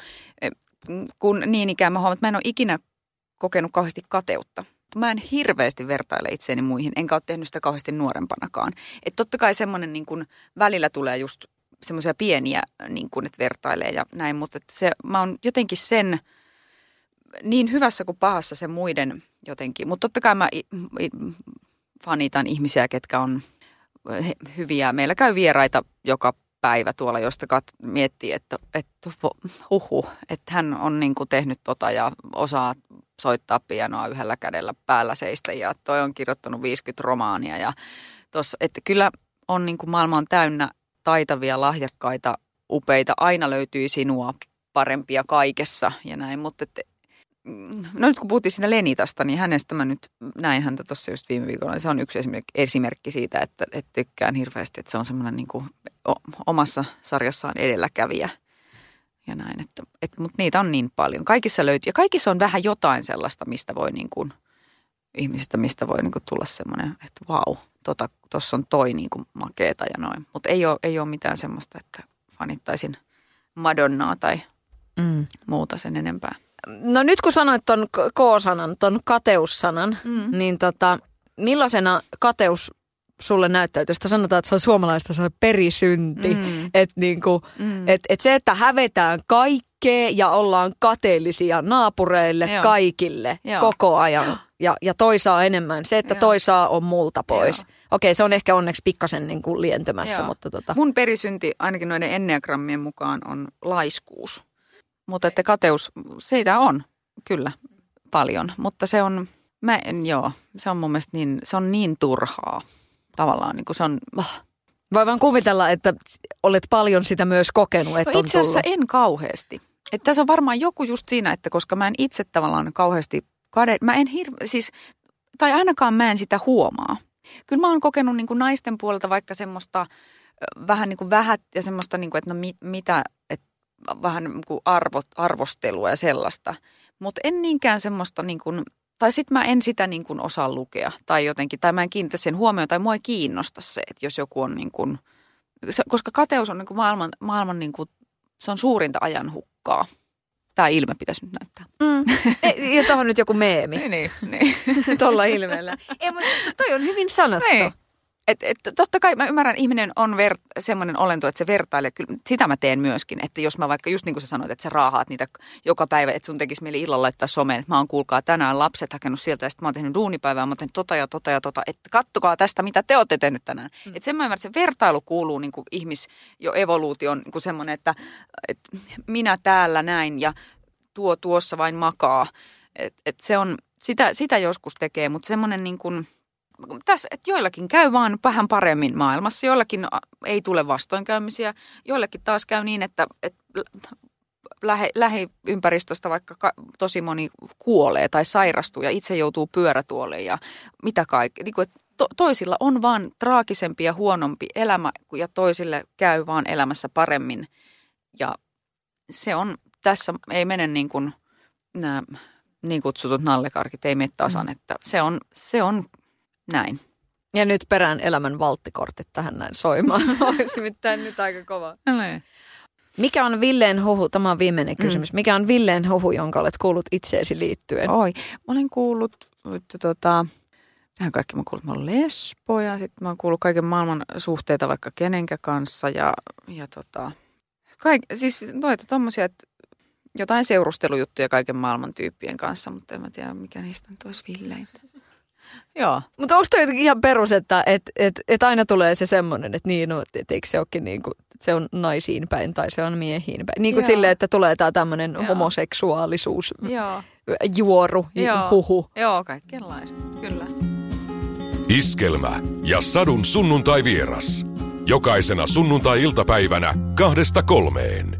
Kun niin ikään mä huomaan, että mä en ole ikinä kokenut kauheasti kateutta. Mä en hirveästi vertaile itseäni muihin, enkä ole tehnyt sitä kauheasti nuorempanakaan. Että totta kai semmoinen niin kuin välillä tulee just semmoisia pieniä, niin kuin, että vertailee ja näin. Mutta että se, mä oon jotenkin sen niin hyvässä kuin pahassa sen muiden jotenkin. Mutta totta kai mä... fanitan ihmisiä, ketkä on hyviä. Meillä käy vieraita joka päivä tuolla, josta kat- miettii, että, että huhu, että hän on niin kuin tehnyt tota ja osaa soittaa pianoa yhdellä kädellä päällä seistä ja toi on kirjoittanut viisikymmentä romaania. Ja tossa, että kyllä on niin kuin maailma on täynnä taitavia, lahjakkaita, upeita. Aina löytyy sinua parempia kaikessa ja näin, mutta että no nyt kun puhuttiin siitä Lenitasta, niin hänestä mä nyt näin häntä tuossa just viime viikolla. Se on yksi esimerkki siitä, että, että tykkään hirveästi, että se on semmoinen niin kuin omassa sarjassaan edelläkävijä ja näin. Että, että, mutta niitä on niin paljon. Kaikissa löytyy, ja kaikissa on vähän jotain sellaista, mistä voi niin kuin, ihmisistä, mistä voi niin kuin tulla semmoinen, että vau, tuossa tota, on toi niin kuin makeeta ja noin. Mutta ei ole, ei ole mitään semmoista, että fanittaisin Madonnaa tai mm. muuta sen enempää. No nyt kun sanoit ton K-sanan, ton kateussanan, mm. niin tota, millaisena kateus sulle näyttäytyy? Sitä sanotaan, että se on suomalaista se on perisynti. Mm. Että niinku, mm. et, et se, että hävetään kaikkea ja ollaan kateellisia naapureille, Joo. kaikille, Joo. koko ajan. Ja, ja toi saa enemmän. Se, että Joo. toi saa on multa pois. Joo. Okei, se on ehkä onneksi pikkasen niin kuin lientymässä. Mutta tota. Mun perisynti ainakin noiden enneagrammien mukaan on laiskuus. Mutta että kateus, siitä on kyllä paljon, mutta se on, Mä en, joo, se on mun mielestä niin, se on niin turhaa tavallaan, niin kuin se on... Oh. Voi vaan kuvitella, että olet paljon sitä myös kokenut, että no on itse asiassa tullut. en kauheasti. Että tässä on varmaan joku just siinä, että koska mä en itse tavallaan kauheasti kade... Mä en hirve... Siis, tai ainakaan mä en sitä huomaa. Kyllä mä oon kokenut niin kuin naisten puolelta vaikka semmoista vähän niin kuin vähät ja semmoista, niin kuin, että no mit, mitä... Että vähän niin kuin arvo, arvostelua ja sellaista. Mutta en niinkään semmoista niin kuin... Tai sitten mä en sitä niin kuin osaa lukea tai jotenkin, tai mä en kiinnitä sen huomioon, tai mua ei kiinnosta se, että jos joku on niin kuin, koska kateus on niin kuin maailman, maailman niin kuin, se on suurinta ajanhukkaa. Tämä ilme pitäisi nyt näyttää. Mm. Ja tuohon nyt joku meemi. niin, niin. Tuolla ilmeellä. Ei, mutta toi on hyvin sanottu. Niin. Et, et, totta kai mä ymmärrän, ihminen on ver, semmoinen olento, että se vertailee. Kyllä sitä mä teen myöskin, että jos mä vaikka just niin kuin sä sanoit, että sä raahaat niitä joka päivä, että sun tekisi mieli illalla laittaa someen, että mä oon kuulkaa tänään lapset hakenut sieltä ja sitten mä oon tehnyt duunipäivää, mä oon tehnyt tota ja tota ja tota, että kattokaa tästä, mitä te olette tehnyt tänään. Mm. Että sen mä ymmärrän, että se vertailu kuuluu niin kuin ihmis jo evoluution niin kuin semmoinen, että, että minä täällä näin ja tuo tuossa vain makaa. Että et se on, sitä, sitä joskus tekee, mutta semmoinen niin kuin... Tässä, että joillakin käy vaan vähän paremmin maailmassa, joillakin ei tule vastoinkäymisiä, joillakin taas käy niin, että, että lähe, lähiympäristöstä vaikka ka, tosi moni kuolee tai sairastuu ja itse joutuu pyörätuoleen ja mitä kaikkea. Niin kuin, että to, toisilla on vaan traagisempi ja huonompi elämä ja toisille käy vaan elämässä paremmin. Ja se on, tässä ei mene niin kuin nämä niin kutsutut nallekarkit, ei mene tasan, että se on, se on näin. Ja nyt perään elämän valttikortit tähän näin soimaan. Olisi mitään nyt aika kova. No. Mikä on villeen huhu, tämä on viimeinen kysymys, mm. mikä on villeen huhu, jonka olet kuullut itseesi liittyen? Oi, mä olen kuullut, että tota, tähän kaikki mä oon kuullut, mä oon lesbo ja sitten mä oon kuullut kaiken maailman suhteita vaikka kenenkä kanssa ja, ja tota, kaik, siis noita tommosia, että jotain seurustelujuttuja kaiken maailman tyyppien kanssa, mutta en mä tiedä mikä niistä nyt olisi villeintä. Joo. Mutta onko toi jotenkin ihan perus, että et, et, et aina tulee se semmoinen, että niin, no, et eikö se olekin niin kuin, se on naisiin päin tai se on miehiin päin. Niin kuin silleen, että tulee tää tämmöinen homoseksuaalisuus, Joo. juoru, Joo. huhu. Joo, kaikenlaista, kyllä. Iskelmä ja Sadun sunnuntai vieras. Jokaisena sunnuntai-iltapäivänä kahdesta kolmeen.